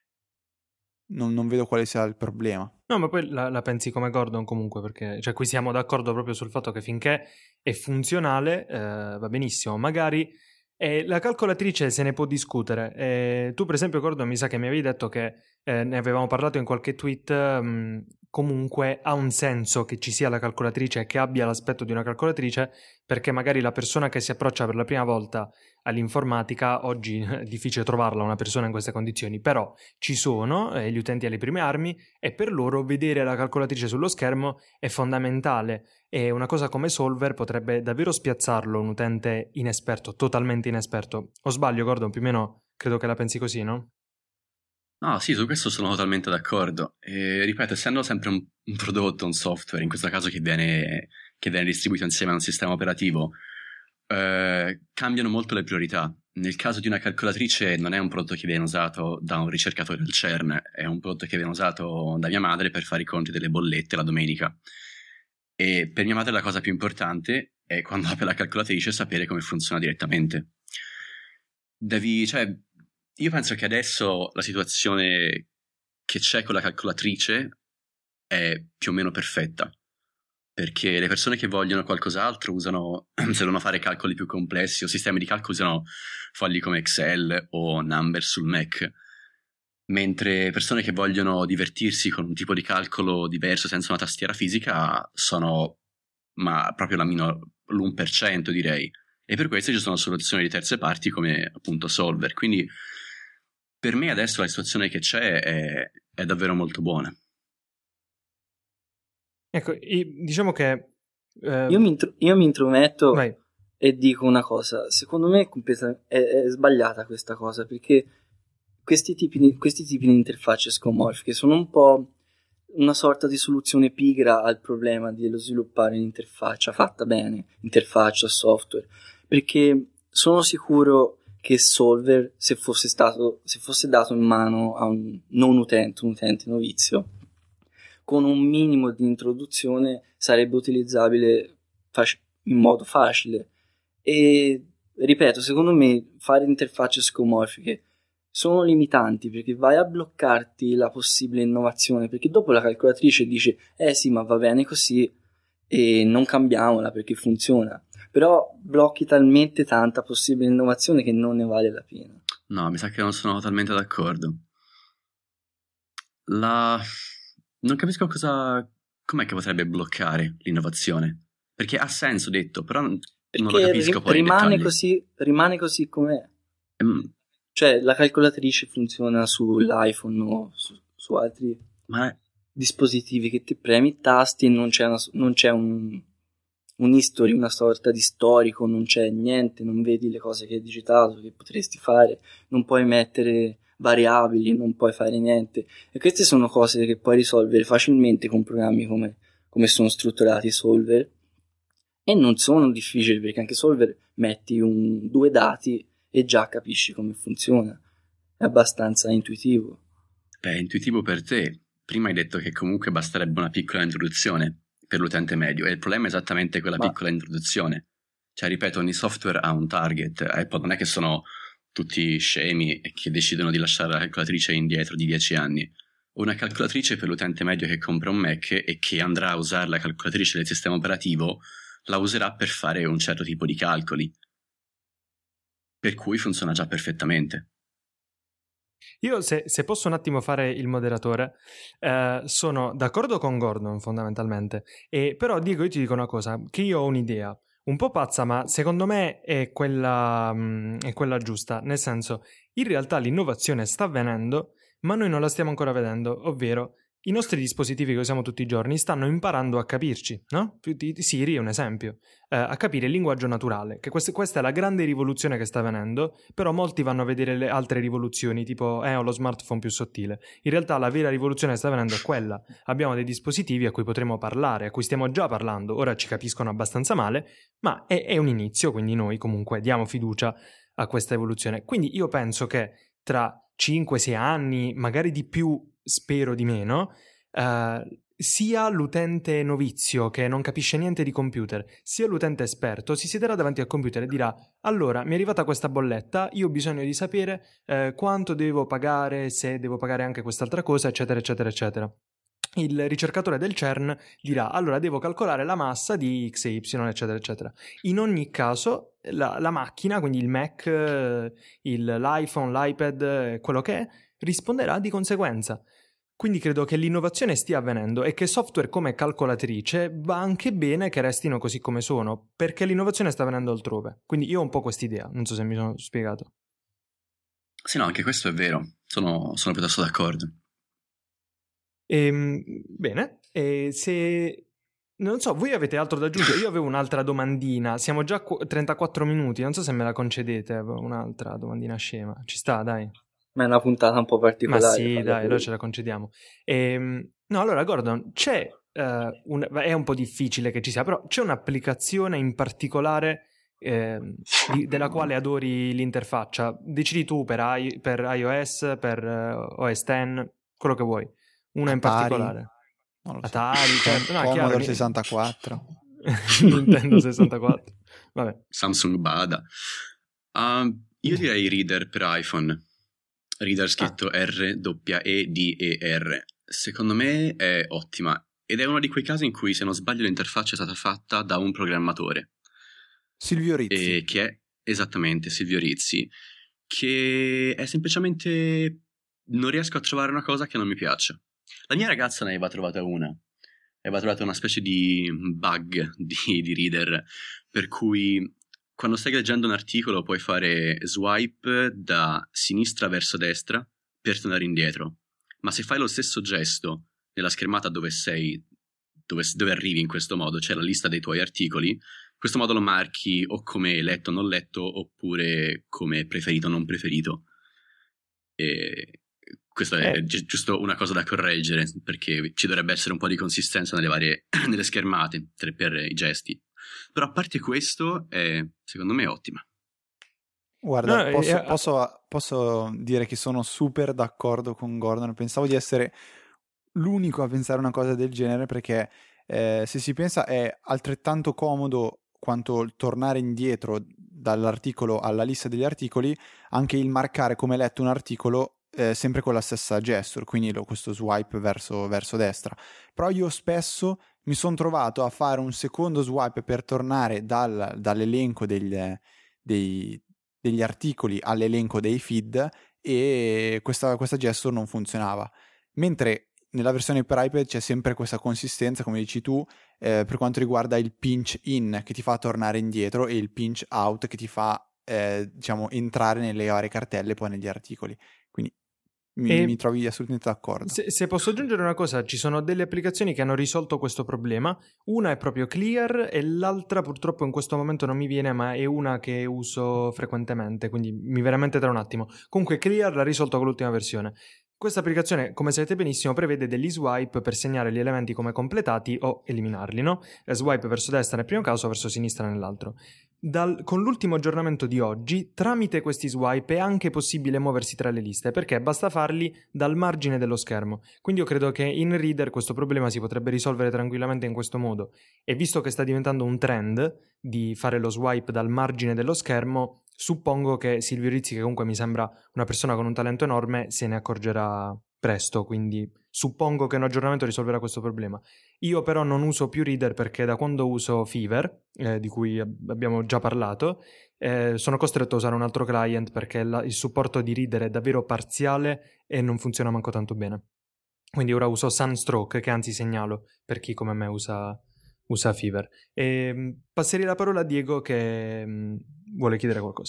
Speaker 3: non, non vedo quale sia il problema.
Speaker 1: No, ma poi la, la pensi come Gordon comunque, perché cioè, qui siamo d'accordo proprio sul fatto che finché è funzionale eh, va benissimo, magari eh, la calcolatrice se ne può discutere. Eh, tu per esempio Gordon mi sa che mi avevi detto che eh, ne avevamo parlato in qualche tweet, mh, comunque ha un senso che ci sia la calcolatrice e che abbia l'aspetto di una calcolatrice, perché magari la persona che si approccia per la prima volta all'informatica, oggi è difficile trovarla una persona in queste condizioni, però ci sono eh, gli utenti alle prime armi e per loro vedere la calcolatrice sullo schermo è fondamentale e una cosa come Solver potrebbe davvero spiazzarlo un utente inesperto, totalmente inesperto. O sbaglio, Gordon? Più o meno credo che la pensi così, no?
Speaker 4: No, sì, su questo sono totalmente d'accordo. E, ripeto, essendo sempre un, un prodotto, un software, in questo caso che viene, che viene distribuito insieme a un sistema operativo, eh, cambiano molto le priorità. Nel caso di una calcolatrice non è un prodotto che viene usato da un ricercatore del CERN, è un prodotto che viene usato da mia madre per fare i conti delle bollette la domenica. E per mia madre la cosa più importante è, quando apre la calcolatrice, sapere come funziona direttamente. Devi, cioè, io penso che adesso la situazione che c'è con la calcolatrice è più o meno perfetta, perché le persone che vogliono qualcos'altro usano, se devono fare calcoli più complessi o sistemi di calcolo, usano fogli come Excel o Number sul Mac, mentre persone che vogliono divertirsi con un tipo di calcolo diverso senza una tastiera fisica sono ma proprio la minor, l'uno per cento direi, e per questo ci sono soluzioni di terze parti come appunto Solver. Quindi per me adesso la situazione che c'è è, è davvero molto buona.
Speaker 1: Ecco, diciamo che... Eh...
Speaker 2: Io, mi intro- io mi intrometto
Speaker 1: Vai.
Speaker 2: e dico una cosa. Secondo me è, completa- è, è sbagliata questa cosa, perché questi tipi di, questi tipi di interfacce scomorfiche sono un po' una sorta di soluzione pigra al problema dello sviluppare un'interfaccia fatta bene, interfaccia, software, perché sono sicuro che Solver, se fosse stato, se fosse dato in mano a un non utente, un utente novizio, con un minimo di introduzione sarebbe utilizzabile fac- in modo facile. E ripeto, secondo me fare interfacce scomorfiche sono limitanti, perché vai a bloccarti la possibile innovazione, perché dopo la calcolatrice dice eh sì, ma va bene così e non cambiamola perché funziona, però blocchi talmente tanta possibile innovazione che non ne vale la pena.
Speaker 4: No, mi sa che non sono totalmente d'accordo. La... non capisco cosa... com'è che potrebbe bloccare l'innovazione, perché ha senso detto, però non lo capisco.
Speaker 2: Ri-
Speaker 4: poi
Speaker 2: rimane così rimane così com'è.
Speaker 4: Mm.
Speaker 2: Cioè la calcolatrice funziona sull'iPhone o su, su altri
Speaker 4: Ma è...
Speaker 2: dispositivi che ti premi i tasti e non c'è, una, non c'è un, un history, una sorta di storico, non c'è niente, non vedi le cose che hai digitato, che potresti fare, non puoi mettere variabili, non puoi fare niente, e queste sono cose che puoi risolvere facilmente con programmi come, come sono strutturati Solver, e non sono difficili, perché anche Solver metti un, due dati e già capisci come funziona, è abbastanza intuitivo.
Speaker 4: Beh, è intuitivo per te. Prima hai detto che comunque basterebbe una piccola introduzione per l'utente medio, e il problema è esattamente quella Ma... piccola introduzione. Cioè, ripeto, ogni software ha un target, Apple non è che sono tutti scemi e che decidono di lasciare la calcolatrice indietro di dieci anni. Una calcolatrice per l'utente medio che compra un Mac e che andrà a usare la calcolatrice del sistema operativo la userà per fare un certo tipo di calcoli, per cui funziona già perfettamente.
Speaker 1: Io, se, se posso un attimo fare il moderatore, eh, sono d'accordo con Gordon fondamentalmente, e, però Diego, io ti dico una cosa, che io ho un'idea un po' pazza, ma secondo me è quella, mh, è quella giusta, nel senso, in realtà l'innovazione sta avvenendo, ma noi non la stiamo ancora vedendo, ovvero i nostri dispositivi che usiamo tutti i giorni stanno imparando a capirci, no? Siri è un esempio, eh, a capire il linguaggio naturale, che quest- questa è la grande rivoluzione che sta avvenendo, però molti vanno a vedere le altre rivoluzioni, tipo, eh, ho lo smartphone più sottile. In realtà la vera rivoluzione che sta avvenendo è quella. Abbiamo dei dispositivi a cui potremo parlare, a cui stiamo già parlando, ora ci capiscono abbastanza male, ma è, è un inizio, quindi noi comunque diamo fiducia a questa evoluzione. Quindi io penso che tra cinque sei anni, magari di più, spero di meno, uh, sia l'utente novizio che non capisce niente di computer, sia l'utente esperto si siederà davanti al computer e dirà: allora, mi è arrivata questa bolletta, io ho bisogno di sapere eh, quanto devo pagare, se devo pagare anche quest'altra cosa, eccetera eccetera eccetera. Il ricercatore del C E R N dirà: allora devo calcolare la massa di X e Y, eccetera eccetera. In ogni caso la, la macchina, quindi il Mac, il, l'iPhone, l'iPad, quello che è, risponderà di conseguenza. Quindi credo che l'innovazione stia avvenendo e che software come calcolatrice va anche bene che restino così come sono, perché l'innovazione sta avvenendo altrove. Quindi io ho un po' quest'idea, non so se mi sono spiegato.
Speaker 4: Sì, no, anche questo è vero, sono, sono piuttosto d'accordo.
Speaker 1: Ehm, bene, e se... non so, voi avete altro da aggiungere? Io avevo un'altra domandina, siamo già a trentaquattro minuti, non so se me la concedete, avevo un'altra domandina scema. Ci sta, dai.
Speaker 2: Ma è una puntata un po' particolare.
Speaker 1: Ma sì, dai, allora ce la concediamo. Ehm, no, allora Gordon, c'è, uh, un, è un po' difficile che ci sia, però c'è un'applicazione in particolare eh, di, della quale adori l'interfaccia? Decidi tu per, I, per iOS, per uh, O S dieci, quello che vuoi. Una in
Speaker 3: Atari,
Speaker 1: particolare.
Speaker 3: Non lo so.
Speaker 1: Atari, certo. No,
Speaker 3: Commodore
Speaker 1: chiaro,
Speaker 3: sessantaquattro.
Speaker 1: Nintendo sessantaquattro. Vabbè.
Speaker 4: Samsung bada. Uh, io direi Reader per iPhone. Reader scritto ah. R E D E R. Secondo me è ottima ed è uno di quei casi in cui, se non sbaglio, l'interfaccia è stata fatta da un programmatore.
Speaker 3: Silvio Rizzi.
Speaker 4: E che è esattamente Silvio Rizzi, che è semplicemente non riesco a trovare una cosa che non mi piaccia. La mia ragazza ne aveva trovata una. Aveva trovato una specie di bug di, di Reader, per cui quando stai leggendo un articolo puoi fare swipe da sinistra verso destra per tornare indietro, ma se fai lo stesso gesto nella schermata dove sei, dove, dove arrivi in questo modo, c'è la lista dei tuoi articoli, in questo modo lo marchi o come letto o non letto, oppure come preferito o non preferito. E questa è eh. gi- giusto una cosa da correggere, perché ci dovrebbe essere un po' di consistenza nelle varie nelle schermate per i gesti. Però a parte questo è, secondo me, ottima.
Speaker 3: Guarda,
Speaker 1: no,
Speaker 3: posso,
Speaker 1: eh,
Speaker 3: posso, posso dire che sono super d'accordo con Gordon. Pensavo di essere l'unico a pensare una cosa del genere, perché eh, se si pensa è altrettanto comodo quanto il tornare indietro dall'articolo alla lista degli articoli anche il marcare come letto un articolo eh, sempre con la stessa gesture, quindi lo, questo swipe verso, verso destra. Però io spesso mi sono trovato a fare un secondo swipe per tornare dal, dall'elenco degli, dei, degli articoli all'elenco dei feed, e questa, questa gesture non funzionava. Mentre nella versione per iPad c'è sempre questa consistenza, come dici tu, eh, per quanto riguarda il pinch in che ti fa tornare indietro e il pinch out che ti fa eh, diciamo entrare nelle varie cartelle poi negli articoli. Quindi mi, mi trovi assolutamente d'accordo.
Speaker 1: Se, se posso aggiungere una cosa, ci sono delle applicazioni che hanno risolto questo problema. Una è proprio Clear e l'altra purtroppo in questo momento non mi viene, ma è una che uso frequentemente, quindi mi veramente tra un attimo. Comunque Clear l'ha risolto con l'ultima versione. Questa applicazione, come sapete benissimo, prevede degli swipe per segnare gli elementi come completati o eliminarli, no? Swipe verso destra nel primo caso, verso sinistra nell'altro. Dal, con l'ultimo aggiornamento di oggi, tramite questi swipe è anche possibile muoversi tra le liste, perché basta farli dal margine dello schermo. Quindi io credo che in Reader questo problema si potrebbe risolvere tranquillamente in questo modo. E visto che sta diventando un trend di fare lo swipe dal margine dello schermo, suppongo che Silvio Rizzi, che comunque mi sembra una persona con un talento enorme, se ne accorgerà presto, quindi suppongo che un aggiornamento risolverà questo problema. Io però non uso più Reader perché da quando uso Fever, eh, di cui abbiamo già parlato, eh, sono costretto a usare un altro client perché la, il supporto di Reader è davvero parziale e non funziona manco tanto bene. Quindi ora uso Sunstroke, che anzi segnalo per chi come me usa, usa Fever. E passerei la parola a Diego che mh, vuole chiedere qualcosa.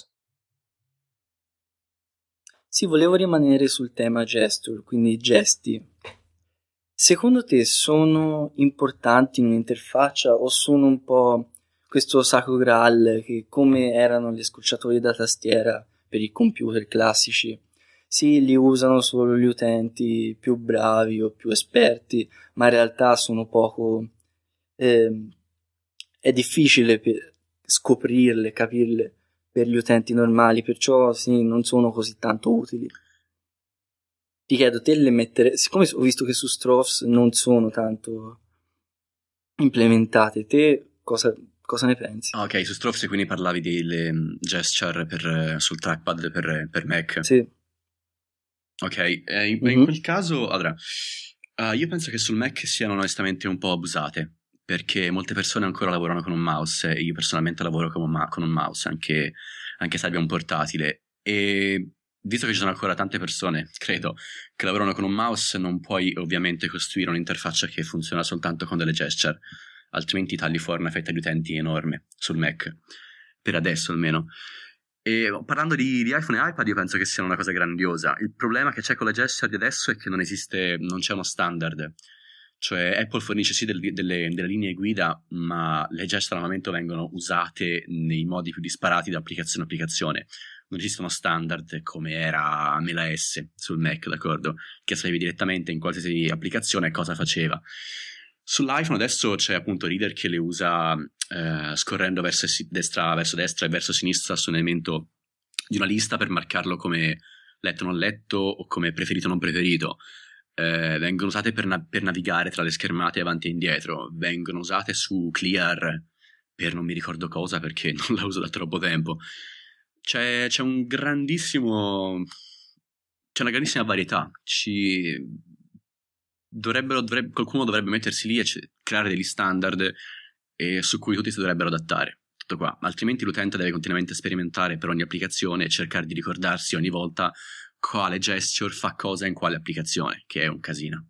Speaker 2: Sì, volevo rimanere sul tema gesture, quindi gesti. Secondo te sono importanti in un'interfaccia o sono un po' questo sacro graal che, come erano gli scorciatori da tastiera per i computer classici, sì, li usano solo gli utenti più bravi o più esperti, ma in realtà sono poco... Eh, è difficile per scoprirle, capirle per gli utenti normali, perciò sì, non sono così tanto utili. Ti chiedo, te le mettere, siccome ho visto che su Strophs non sono tanto implementate, te cosa, cosa ne pensi?
Speaker 4: Ah, ok, su Strophs quindi parlavi delle gesture per, sul trackpad per, per Mac.
Speaker 2: Sì.
Speaker 4: Ok, eh, in, mm-hmm. in quel caso, allora, uh, io penso che sul Mac siano onestamente un po' abusate, perché molte persone ancora lavorano con un mouse, e io personalmente lavoro con un, ma- con un mouse, anche, anche se abbia un portatile, e visto che ci sono ancora tante persone, credo, che lavorano con un mouse, non puoi ovviamente costruire un'interfaccia che funziona soltanto con delle gesture, altrimenti tagli fuori una fetta di utenti enorme sul Mac, per adesso almeno. E parlando di, di iPhone e iPad, io penso che siano una cosa grandiosa. Il problema che c'è con le gesture di adesso è che non esiste, non c'è uno standard. Cioè Apple fornisce sì delle, delle, delle linee guida, ma le gesture al momento vengono usate nei modi più disparati da applicazione a applicazione. Non esistono standard come era Mela S sul Mac, d'accordo? Che sapevi direttamente in qualsiasi applicazione cosa faceva. Sull'iPhone adesso c'è appunto Reader che le usa eh, scorrendo verso destra, verso destra e verso sinistra su un elemento di una lista per marcarlo come letto non letto o come preferito non preferito. Eh, vengono usate per, na- per navigare tra le schermate avanti e indietro, vengono usate su Clear per non mi ricordo cosa perché non la uso da troppo tempo. C'è, c'è un grandissimo c'è una grandissima varietà. Ci dovrebbero, dovrebbe, qualcuno dovrebbe mettersi lì e c- creare degli standard e su cui tutti si dovrebbero adattare. Tutto qua, altrimenti l'utente deve continuamente sperimentare per ogni applicazione e cercare di ricordarsi ogni volta quale gesture fa cosa in quale applicazione, che è un casino.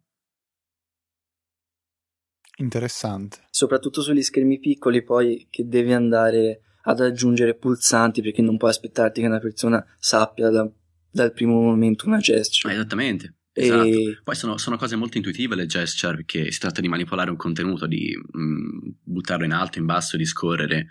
Speaker 3: Interessante.
Speaker 2: Soprattutto sugli schermi piccoli, poi, che devi andare ad aggiungere pulsanti perché non puoi aspettarti che una persona sappia da, dal primo momento una gesture.
Speaker 4: Ah, esattamente.
Speaker 2: E...
Speaker 4: Esatto. Poi sono, sono cose molto intuitive le gesture, perché si tratta di manipolare un contenuto, di mh, buttarlo in alto, in basso, di scorrere.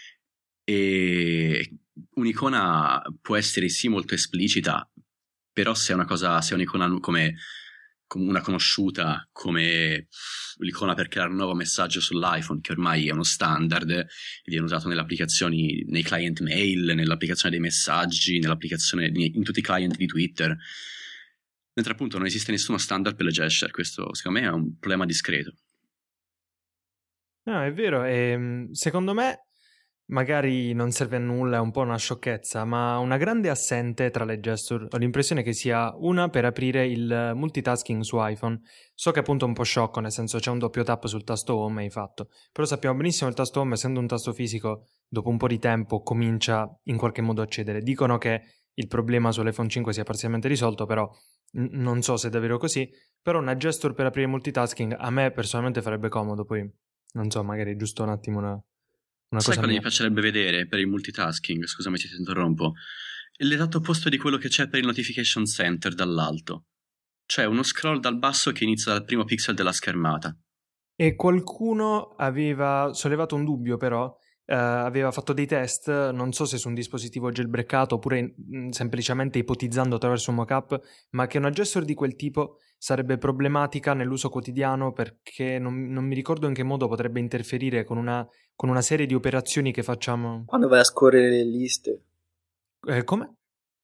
Speaker 4: E un'icona può essere sì molto esplicita, però se è una cosa, se è un'icona come, come una conosciuta, come l'icona per creare un nuovo messaggio sull'iPhone, che ormai è uno standard e viene usato nelle applicazioni, nei client mail, nell'applicazione dei messaggi, nell'applicazione di, in tutti i client di Twitter, mentre appunto non esiste nessuno standard per le gesture. Questo secondo me è un problema discreto.
Speaker 1: No, è vero, e secondo me magari non serve a nulla, è un po' una sciocchezza, ma una grande assente tra le gesture. Ho l'impressione che sia una per aprire il multitasking su iPhone. So che appunto è un po' sciocco, nel senso c'è un doppio tap sul tasto home e hai fatto. Però sappiamo benissimo che il tasto home, essendo un tasto fisico, dopo un po' di tempo comincia in qualche modo a cedere. Dicono che il problema sull'iPhone cinque sia parzialmente risolto, però n- non so se è davvero così. Però una gesture per aprire il multitasking a me personalmente farebbe comodo, poi non so, magari giusto un attimo una, una
Speaker 4: Sai
Speaker 1: cosa
Speaker 4: cosa
Speaker 1: mia.
Speaker 4: mi piacerebbe vedere per il multitasking? Scusami se ti interrompo. L'esatto opposto di quello che c'è per il notification center dall'alto. Cioè uno scroll dal basso che inizia dal primo pixel della schermata.
Speaker 1: E qualcuno aveva sollevato un dubbio, però eh, aveva fatto dei test, non so se su un dispositivo jailbreakato oppure mh, semplicemente ipotizzando attraverso un mockup, ma che una gesture di quel tipo sarebbe problematica nell'uso quotidiano, perché non, non mi ricordo in che modo potrebbe interferire con una, con una serie di operazioni che facciamo.
Speaker 2: Quando vai a scorrere le liste.
Speaker 1: Eh, come?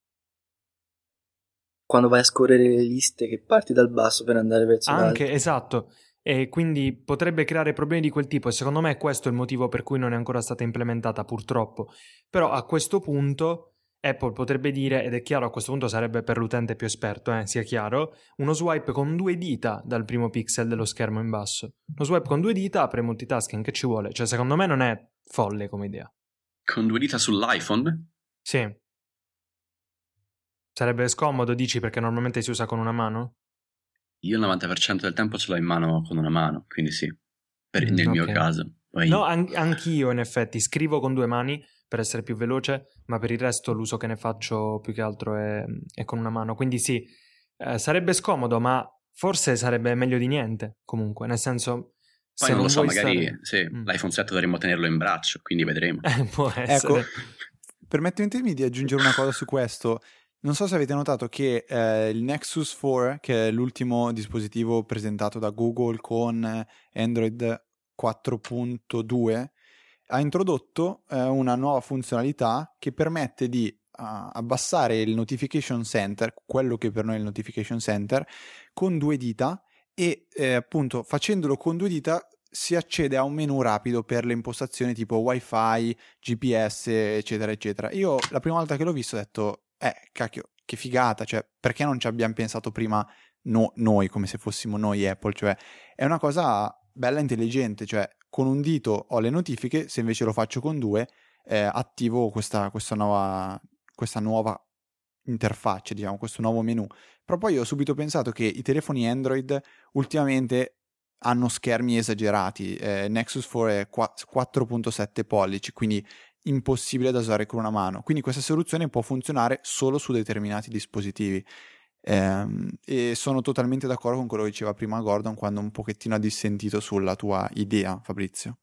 Speaker 2: Quando vai a scorrere le liste che parti dal basso per andare verso l'alto.
Speaker 1: Anche, esatto. E quindi potrebbe creare problemi di quel tipo, e secondo me questo è il motivo per cui non è ancora stata implementata, purtroppo. Però a questo punto Apple potrebbe dire, ed è chiaro, a questo punto sarebbe per l'utente più esperto, eh, sia chiaro, uno swipe con due dita dal primo pixel dello schermo in basso. Uno swipe con due dita apre multitasking, che ci vuole? Cioè, secondo me non è folle come idea.
Speaker 4: Con due dita sull'iPhone?
Speaker 1: Sì. Sarebbe scomodo, dici, perché normalmente si usa con una mano?
Speaker 4: Io il novanta per cento del tempo ce l'ho in mano con una mano, quindi sì, per,
Speaker 1: Mm,
Speaker 4: nel
Speaker 1: ok.
Speaker 4: mio caso. Poi...
Speaker 1: No, an- anch'io in effetti scrivo con due mani per essere più veloce, ma per il resto l'uso che ne faccio più che altro è, è con una mano. Quindi sì, eh, sarebbe scomodo, ma forse sarebbe meglio di niente, comunque, nel senso...
Speaker 4: Poi
Speaker 1: se
Speaker 4: non lo so,
Speaker 1: vuoi
Speaker 4: magari
Speaker 1: stare...
Speaker 4: sì,
Speaker 1: Mm.
Speaker 4: l'iPhone sette dovremmo tenerlo in braccio, quindi vedremo.
Speaker 1: Eh, può essere.
Speaker 3: Ecco, permettetemi di aggiungere una cosa su questo. Non so se avete notato che eh, il Nexus quattro, che è l'ultimo dispositivo presentato da Google con Android quattro punto due, ha introdotto eh, una nuova funzionalità che permette di uh, abbassare il notification center, quello che per noi è il notification center, con due dita e eh, appunto facendolo con due dita si accede a un menu rapido per le impostazioni tipo Wi-Fi, G P S, eccetera, eccetera. Io la prima volta che l'ho visto ho detto, eh, cacchio, che figata, cioè, perché non ci abbiamo pensato prima no, noi, come se fossimo noi Apple? Cioè, è una cosa bella intelligente, cioè, con un dito ho le notifiche, se invece lo faccio con due, eh, attivo questa, questa nuova, questa nuova interfaccia, diciamo, questo nuovo menu. Però poi ho subito pensato che i telefoni Android ultimamente hanno schermi esagerati, eh, Nexus quattro è quattro virgola sette pollici, quindi impossibile da usare con una mano, quindi questa soluzione può funzionare solo su determinati dispositivi, ehm, e sono totalmente d'accordo con quello che diceva prima Gordon quando un pochettino ha dissentito sulla tua idea, Fabrizio.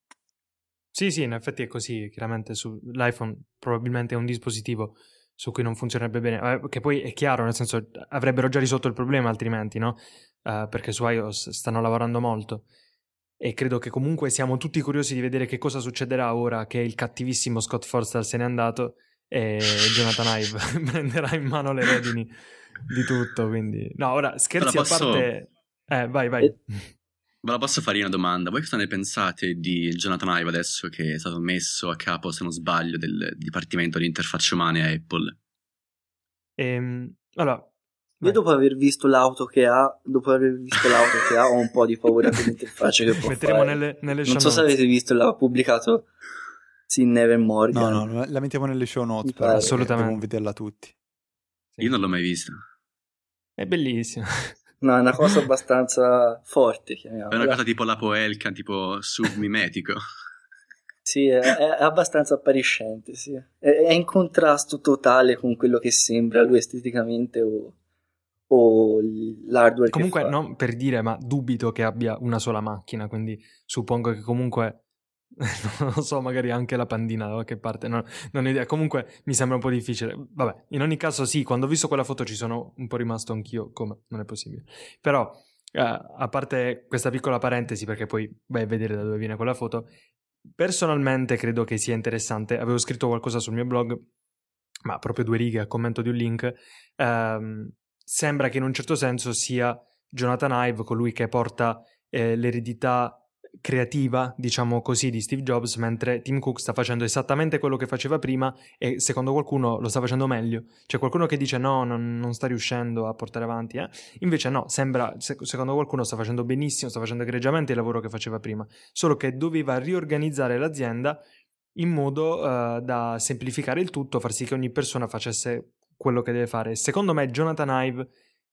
Speaker 1: Sì, sì, in effetti è così, chiaramente sull'iPhone probabilmente è un dispositivo su cui non funzionerebbe bene, eh, che poi è chiaro, nel senso avrebbero già risolto il problema altrimenti, no? Uh, perché su iOS stanno lavorando molto e credo che comunque siamo tutti curiosi di vedere che cosa succederà ora che il cattivissimo Scott Forstall se n'è andato e Jonathan Ive prenderà in mano le redini di tutto, quindi... No, ora, scherzi
Speaker 4: Però posso...
Speaker 1: a parte... Eh, vai, vai.
Speaker 2: E...
Speaker 4: Ve la posso fare una domanda? Voi cosa ne pensate di Jonathan Ive adesso che è stato messo a capo, se non sbaglio, del Dipartimento di Interfacce Umane a Apple?
Speaker 1: Ehm, allora...
Speaker 2: Io dopo aver visto l'auto che ha, dopo aver visto l'auto che ha, ho un po' di paura per l'interfaccia che può
Speaker 1: metteremo
Speaker 2: fare.
Speaker 1: nelle, nelle
Speaker 2: non so
Speaker 1: notes.
Speaker 2: se avete visto, l'ha pubblicato sì, Never Morgan.
Speaker 3: No, no, la mettiamo nelle show notes,
Speaker 2: però
Speaker 1: assolutamente.
Speaker 3: Devono vederla tutti.
Speaker 1: Sì.
Speaker 4: Io non l'ho mai vista.
Speaker 1: È bellissima.
Speaker 2: No, è una cosa abbastanza forte, chiamiamola.
Speaker 4: È una cosa tipo Lapo Elkan, tipo submimetico.
Speaker 2: Sì, è, è abbastanza appariscente, sì. È, è in contrasto totale con quello che sembra lui esteticamente o, o l'hardware
Speaker 1: Comunque,
Speaker 2: che fa.
Speaker 1: non per dire, ma dubito che abbia una sola macchina, quindi suppongo che comunque, non so, magari anche la pandina da qualche parte, no, non ho idea. Comunque mi sembra un po' difficile. Vabbè, in ogni caso sì, quando ho visto quella foto ci sono un po' rimasto anch'io, come? Non è possibile. Però, eh, a parte questa piccola parentesi, perché poi vai a vedere da dove viene quella foto, personalmente credo che sia interessante. Avevo scritto qualcosa sul mio blog, ma proprio due righe a commento di un link. Ehm, sembra che in un certo senso sia Jonathan Ive colui che porta eh, l'eredità creativa, diciamo così, di Steve Jobs, mentre Tim Cook sta facendo esattamente quello che faceva prima e secondo qualcuno lo sta facendo meglio. C'è qualcuno che dice no, non, non sta riuscendo a portare avanti, eh? Invece no, sembra, secondo qualcuno sta facendo benissimo, sta facendo egregiamente il lavoro che faceva prima, solo che doveva riorganizzare l'azienda in modo uh, da semplificare il tutto, far sì che ogni persona facesse quello che deve fare. Secondo me Jonathan Ive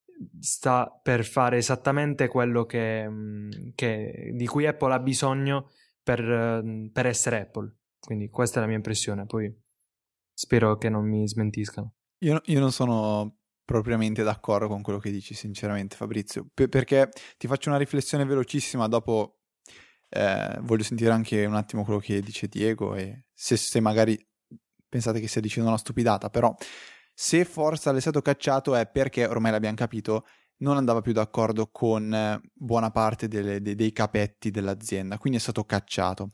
Speaker 1: sta per fare esattamente quello che, che, di cui Apple ha bisogno per, per essere Apple. Quindi questa è la mia impressione, poi spero che non mi smentiscano.
Speaker 3: Io, io non sono propriamente d'accordo con quello che dici, sinceramente, Fabrizio, P- perché ti faccio una riflessione velocissima, dopo eh, voglio sentire anche un attimo quello che dice Diego e se, se magari pensate che stia dicendo una stupidata, però se Forza è stato cacciato è perché, ormai l'abbiamo capito, non andava più d'accordo con buona parte delle, dei, dei capetti dell'azienda, quindi è stato cacciato.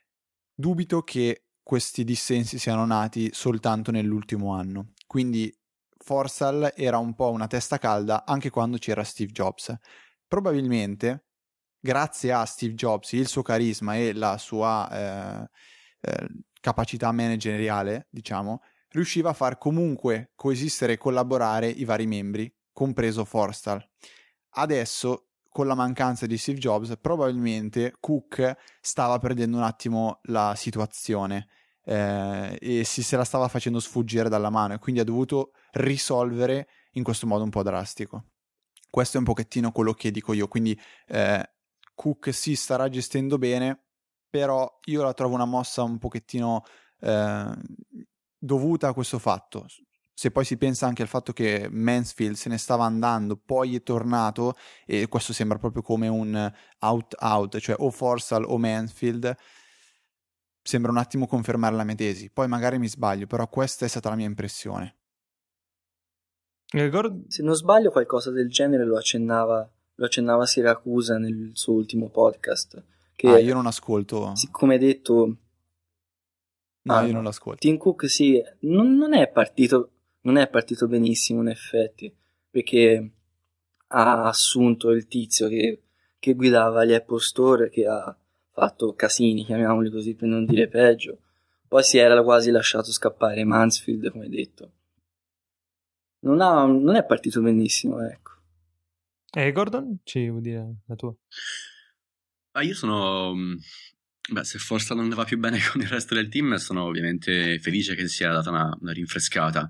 Speaker 3: Dubito che questi dissensi siano nati soltanto nell'ultimo anno, quindi Forsal era un po' una testa calda anche quando c'era Steve Jobs. Probabilmente, grazie a Steve Jobs, il suo carisma e la sua eh, eh, capacità manageriale, diciamo, riusciva a far comunque coesistere e collaborare i vari membri, compreso Forstall. Adesso, con la mancanza di Steve Jobs, probabilmente Cook stava perdendo un attimo la situazione eh, e si se la stava facendo sfuggire dalla mano e quindi ha dovuto risolvere in questo modo un po' drastico. Questo è un pochettino quello che dico io, quindi eh, Cook si starà gestendo bene, però io la trovo una mossa un pochettino eh, dovuta a questo fatto. Se poi si pensa anche al fatto che Mansfield se ne stava andando, poi è tornato, e questo sembra proprio come un out-out, cioè o Forsal o Mansfield, sembra un attimo confermare la mia tesi. Poi magari mi sbaglio, però questa è stata la mia impressione.
Speaker 2: Se non sbaglio qualcosa del genere lo accennava, lo accennava Siracusa nel suo ultimo podcast. Che
Speaker 3: ah, io non ascolto.
Speaker 2: Come detto...
Speaker 3: No,
Speaker 2: ah,
Speaker 3: io non l'ascolto.
Speaker 2: Tim Cook sì, non, non è partito non è partito benissimo in effetti, perché ha assunto il tizio che, che guidava gli Apple Store, che ha fatto casini, chiamiamoli così per non dire peggio, poi si era quasi lasciato scappare Mansfield, come detto. Non, ha, non è partito benissimo, ecco.
Speaker 1: E Gordon, ci vuoi dire la tua?
Speaker 4: Ah, io sono... Beh, se Forza non andava più bene con il resto del team, sono ovviamente felice che sia data una, una rinfrescata.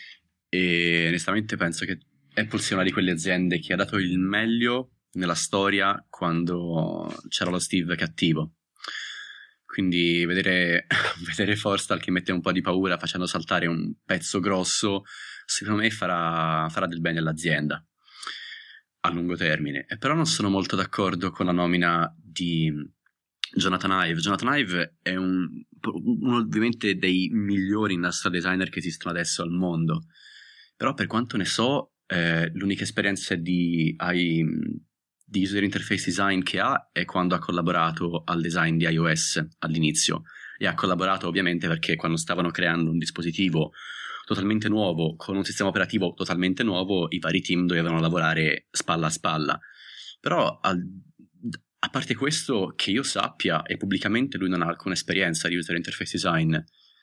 Speaker 4: E onestamente penso che Apple sia una di quelle aziende che ha dato il meglio nella storia quando c'era lo Steve cattivo. Quindi vedere, vedere Forstall che mette un po' di paura facendo saltare un pezzo grosso, secondo me farà, farà del bene all'azienda a lungo termine. E però non sono molto d'accordo con la nomina di Jonathan Ive. Jonathan Ive è un, uno ovviamente dei migliori industrial designer che esistono adesso al mondo, però per quanto ne so eh, l'unica esperienza di, di user interface design che ha è quando ha collaborato al design di iOS all'inizio, e ha collaborato ovviamente perché quando stavano creando un dispositivo totalmente nuovo con un sistema operativo totalmente nuovo i vari team dovevano lavorare spalla a spalla. Però al A parte questo, che io sappia, e pubblicamente lui non ha alcuna esperienza di user interface design,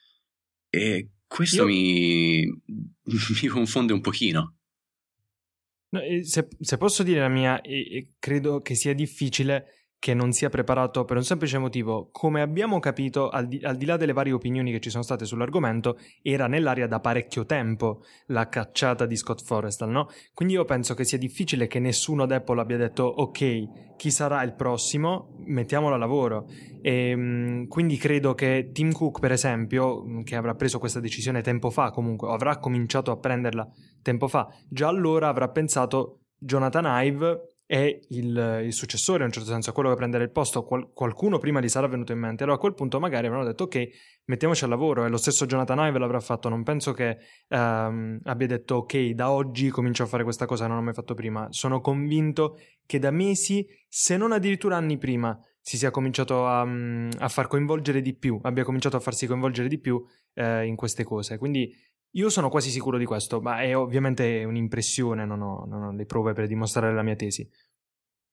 Speaker 4: e questo io... mi... mi confonde un pochino.
Speaker 1: No, se, se posso dire la mia, eh, credo che sia difficile che non sia preparato per un semplice motivo. Come abbiamo capito, al di, al di là delle varie opinioni che ci sono state sull'argomento, era nell'aria da parecchio tempo la cacciata di Scott Forrestal, no? Quindi io penso che sia difficile che nessuno ad Apple abbia detto ok, chi sarà il prossimo? Mettiamolo a lavoro. E quindi credo che Tim Cook, per esempio, che avrà preso questa decisione tempo fa, comunque, o avrà cominciato a prenderla tempo fa, già allora avrà pensato Jonathan Ive è il, il successore, in un certo senso, quello che prenderà il posto. Qual, qualcuno prima gli sarà venuto in mente, allora a quel punto magari avranno detto ok, mettiamoci al lavoro, e lo stesso Jonathan Ive l'avrà fatto. Non penso che um, abbia detto ok, da oggi comincio a fare questa cosa che non ho mai fatto prima. Sono convinto che da mesi, se non addirittura anni prima, si sia cominciato a, a far coinvolgere di più, abbia cominciato a farsi coinvolgere di più eh, in queste cose. Quindi io sono quasi sicuro di questo, ma è ovviamente un'impressione, non ho, non ho le prove per dimostrare la mia tesi.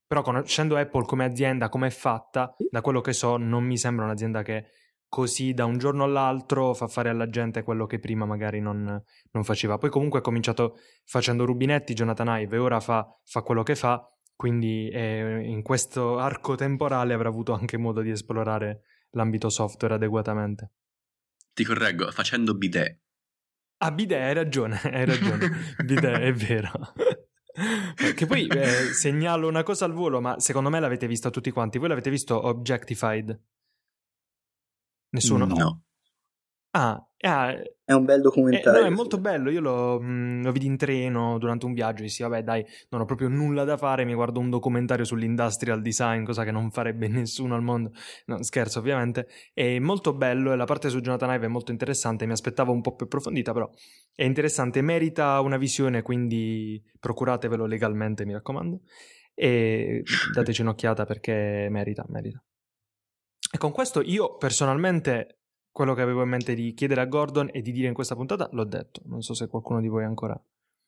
Speaker 1: Però conoscendo Apple come azienda, come è fatta, da quello che so, non mi sembra un'azienda che così da un giorno all'altro fa fare alla gente quello che prima magari non, non faceva. Poi comunque ha cominciato facendo rubinetti Jonathan Ive e ora fa, fa quello che fa, quindi eh, in questo arco temporale avrà avuto anche modo di esplorare l'ambito software adeguatamente.
Speaker 4: Ti correggo, facendo bidet.
Speaker 1: Ah, bidet, hai ragione, hai ragione. Bidet, è vero. Che poi eh, segnalo una cosa al volo, ma secondo me l'avete visto tutti quanti. Voi l'avete visto Objectified? Nessuno?
Speaker 4: No.
Speaker 1: Ah, ah
Speaker 2: è un bel documentario.
Speaker 1: Eh, no, è molto bello. Io lo, mh, lo vidi in treno durante un viaggio e dissi, vabbè dai, non ho proprio nulla da fare, mi guardo un documentario sull'industrial design, cosa che non farebbe nessuno al mondo. No, scherzo ovviamente. È molto bello e la parte su Jonathan Ive è molto interessante, mi aspettavo un po' più approfondita, però è interessante, merita una visione, quindi procuratevelo legalmente, mi raccomando, e dateci un'occhiata perché merita, merita. E con questo io personalmente quello che avevo in mente di chiedere a Gordon e di dire in questa puntata l'ho detto. Non so se qualcuno di voi ancora.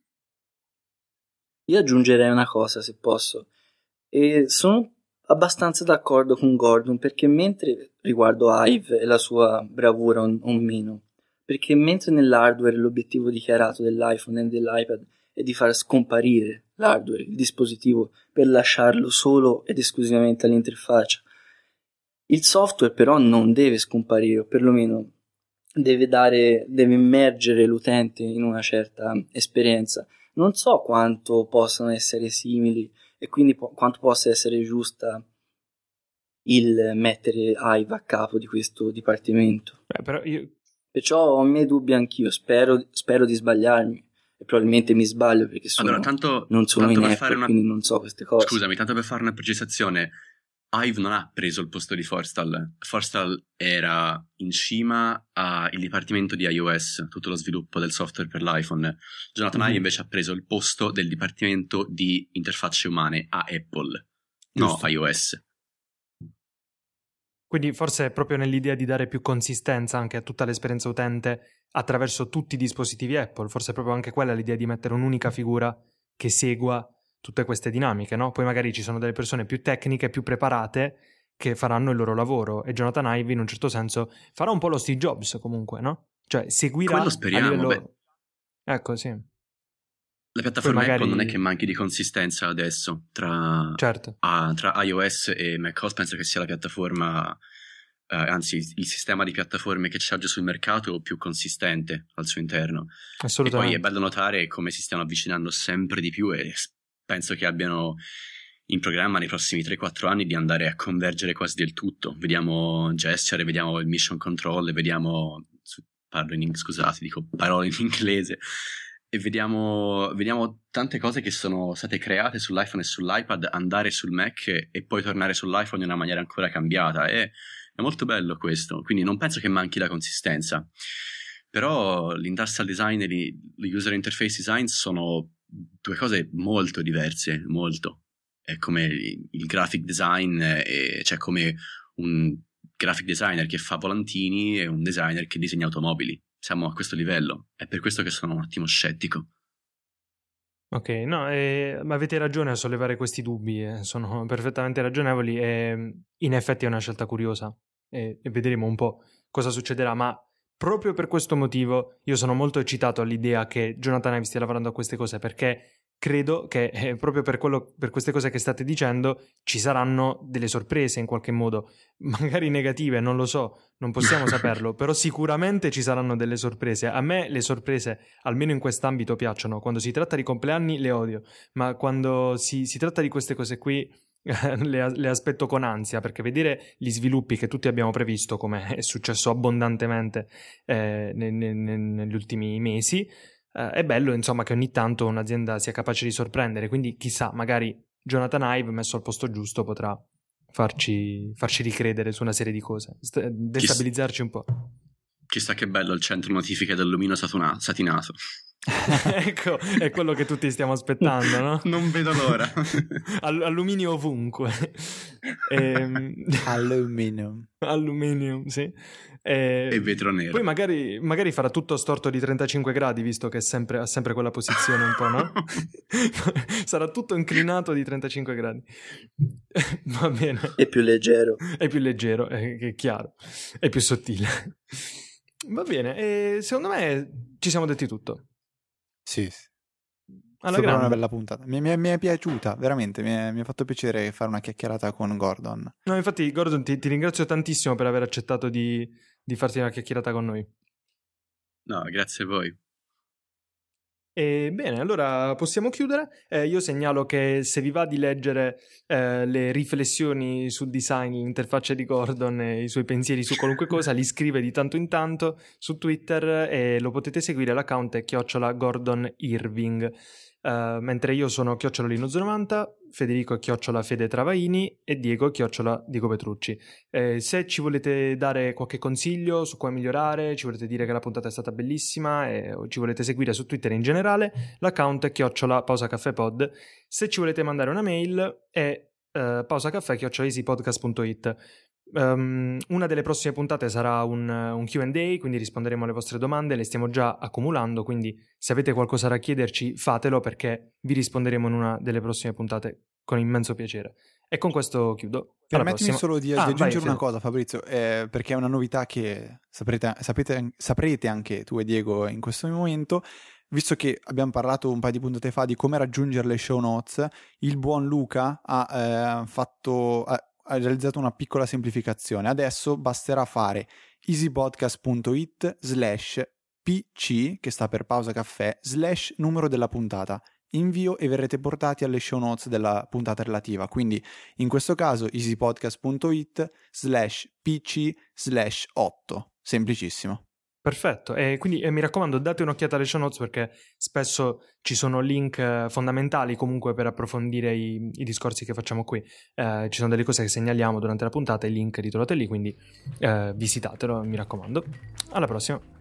Speaker 2: Io aggiungerei una cosa, se posso. E sono abbastanza d'accordo con Gordon, perché mentre riguardo Ive e la sua bravura o un meno, perché mentre nell'hardware l'obiettivo dichiarato dell'iPhone e dell'iPad è di far scomparire l'hardware, il dispositivo, per lasciarlo solo ed esclusivamente all'interfaccia, il software però non deve scomparire, o perlomeno deve dare, deve immergere l'utente in una certa esperienza. Non so quanto possano essere simili e quindi po- quanto possa essere giusta il mettere Ive a capo di questo dipartimento.
Speaker 1: Beh, però io...
Speaker 2: Perciò ho i miei dubbi anch'io, spero, spero di sbagliarmi. E probabilmente mi sbaglio perché sono,
Speaker 4: allora, tanto,
Speaker 2: non sono
Speaker 4: tanto
Speaker 2: in
Speaker 4: per
Speaker 2: Apple,
Speaker 4: fare una...
Speaker 2: quindi non so queste cose.
Speaker 4: Scusami, tanto per fare una precisazione, Ive non ha preso il posto di Forstall. Forstall era in cima al dipartimento di iOS, tutto lo sviluppo del software per l'iPhone. Jonathan mm-hmm. Ive invece ha preso il posto del dipartimento di interfacce umane a Apple,
Speaker 1: Giusto.
Speaker 4: no iOS.
Speaker 1: Quindi forse è proprio nell'idea di dare più consistenza anche a tutta l'esperienza utente attraverso tutti i dispositivi Apple, forse è proprio anche quella l'idea di mettere un'unica figura che segua tutte queste dinamiche, no? Poi magari ci sono delle persone più tecniche, più preparate, che faranno il loro lavoro, e Jonathan Ive in un certo senso farà un po' lo Steve Jobs comunque, no? Cioè seguirà
Speaker 4: quello speriamo,
Speaker 1: a livello...
Speaker 4: beh.
Speaker 1: Ecco, sì.
Speaker 4: La piattaforma
Speaker 1: magari...
Speaker 4: Apple non è che manchi di consistenza adesso tra,
Speaker 1: certo.
Speaker 4: a, tra iOS e macOS, penso che sia la piattaforma, eh, anzi il, il sistema di piattaforme che c'è oggi sul mercato più consistente al suo interno.
Speaker 1: Assolutamente.
Speaker 4: E poi è bello notare come si stiano avvicinando sempre di più e penso che abbiano in programma nei prossimi tre quattro anni di andare a convergere quasi del tutto. Vediamo Gesture, vediamo il Mission Control, vediamo, parlo in, scusate, dico parole in inglese, e vediamo, vediamo tante cose che sono state create sull'iPhone e sull'iPad andare sul Mac e poi tornare sull'iPhone in una maniera ancora cambiata. E è molto bello questo, quindi non penso che manchi la consistenza. Però l'industrial design e l'user interface design sono due cose molto diverse, molto. È come il graphic design, e cioè come un graphic designer che fa volantini e un designer che disegna automobili. Siamo a questo livello, è per questo che sono un attimo scettico.
Speaker 1: Ok, no, eh, ma avete ragione a sollevare questi dubbi, eh, sono perfettamente ragionevoli e in effetti è una scelta curiosa e, e vedremo un po' cosa succederà, ma proprio per questo motivo io sono molto eccitato all'idea che Jonathan Ive stia lavorando a queste cose, perché credo che eh, proprio per, quello, per queste cose che state dicendo ci saranno delle sorprese in qualche modo, magari negative, non lo so, non possiamo saperlo, però sicuramente ci saranno delle sorprese. A me le sorprese, almeno in quest'ambito, piacciono. Quando si tratta di compleanni le odio, ma quando si, si tratta di queste cose qui le, le aspetto con ansia, perché vedere gli sviluppi che tutti abbiamo previsto, come è successo abbondantemente eh, ne, ne, ne, negli ultimi mesi, Uh, è bello insomma che ogni tanto un'azienda sia capace di sorprendere, quindi chissà, magari Jonathan Ive messo al posto giusto potrà farci, farci ricredere su una serie di cose, st- destabilizzarci un po'.
Speaker 4: Chissà che bello il centro notifiche dell'omino satuna- satinato.
Speaker 1: Ecco, è quello che tutti stiamo aspettando, no?
Speaker 4: Non vedo l'ora.
Speaker 1: All- alluminio ovunque. Ehm...
Speaker 3: Aluminium.
Speaker 1: Alluminio, sì. E...
Speaker 4: e vetro nero.
Speaker 1: Poi magari, magari farà tutto storto di trentacinque gradi, visto che è sempre, ha sempre quella posizione un po', no? Sarà tutto inclinato di trentacinque gradi. Va bene.
Speaker 2: È più leggero.
Speaker 1: È più leggero, è, è chiaro. È più sottile. Va bene, e secondo me ci siamo detti tutto.
Speaker 3: Sì, sì.
Speaker 1: Alla
Speaker 3: È stata
Speaker 1: grande.
Speaker 3: una bella puntata. Mi, mi- mi è piaciuta, veramente. Mi è, mi è fatto piacere fare una chiacchierata con Gordon.
Speaker 1: No, infatti, Gordon, ti, ti ringrazio tantissimo per aver accettato di, di farti una chiacchierata con noi.
Speaker 4: No, grazie a voi.
Speaker 1: E bene, allora possiamo chiudere. Eh, io segnalo che se vi va di leggere eh, le riflessioni sul design, l'interfaccia di Gordon e i suoi pensieri su qualunque cosa, li scrive di tanto in tanto su Twitter e lo potete seguire, l'account è chiocciola Gordon Irving. Uh, mentre io sono chiocciola Linux novanta, Federico è chiocciola Fede Travaini e Diego è chiocciola Diego Petrucci. Eh, se ci volete dare qualche consiglio su come migliorare, ci volete dire che la puntata è stata bellissima e, o ci volete seguire su Twitter in generale, l'account è chiocciola pausacaffèpod. Se ci volete mandare una mail è uh, pausacaffè chiocciola easypodcast punto it. Um, una delle prossime puntate sarà un, un Q and A, quindi risponderemo alle vostre domande, le stiamo già accumulando, quindi se avete qualcosa da chiederci fatelo, perché vi risponderemo in una delle prossime puntate con immenso piacere. E con questo chiudo.
Speaker 3: Permettimi solo di,
Speaker 1: ah,
Speaker 3: di aggiungere
Speaker 1: vai,
Speaker 3: una cosa, Fabrizio, eh, perché è una novità che saprete, sapete, saprete anche tu e Diego in questo momento. Visto che abbiamo parlato un paio di puntate fa di come raggiungere le show notes, il buon Luca ha eh, fatto... Ha, ha realizzato una piccola semplificazione. Adesso basterà fare easypodcast.it slash pc, che sta per pausa caffè, slash numero della puntata. Invio e verrete portati alle show notes della puntata relativa. Quindi in questo caso easypodcast.it slash pc slash otto. Semplicissimo.
Speaker 1: Perfetto, e quindi eh, mi raccomando, date un'occhiata alle show notes, perché spesso ci sono link eh, fondamentali comunque per approfondire i, i discorsi che facciamo qui. Eh, ci sono delle cose che segnaliamo durante la puntata, i link li trovate lì, quindi eh, visitatelo, mi raccomando. Alla prossima.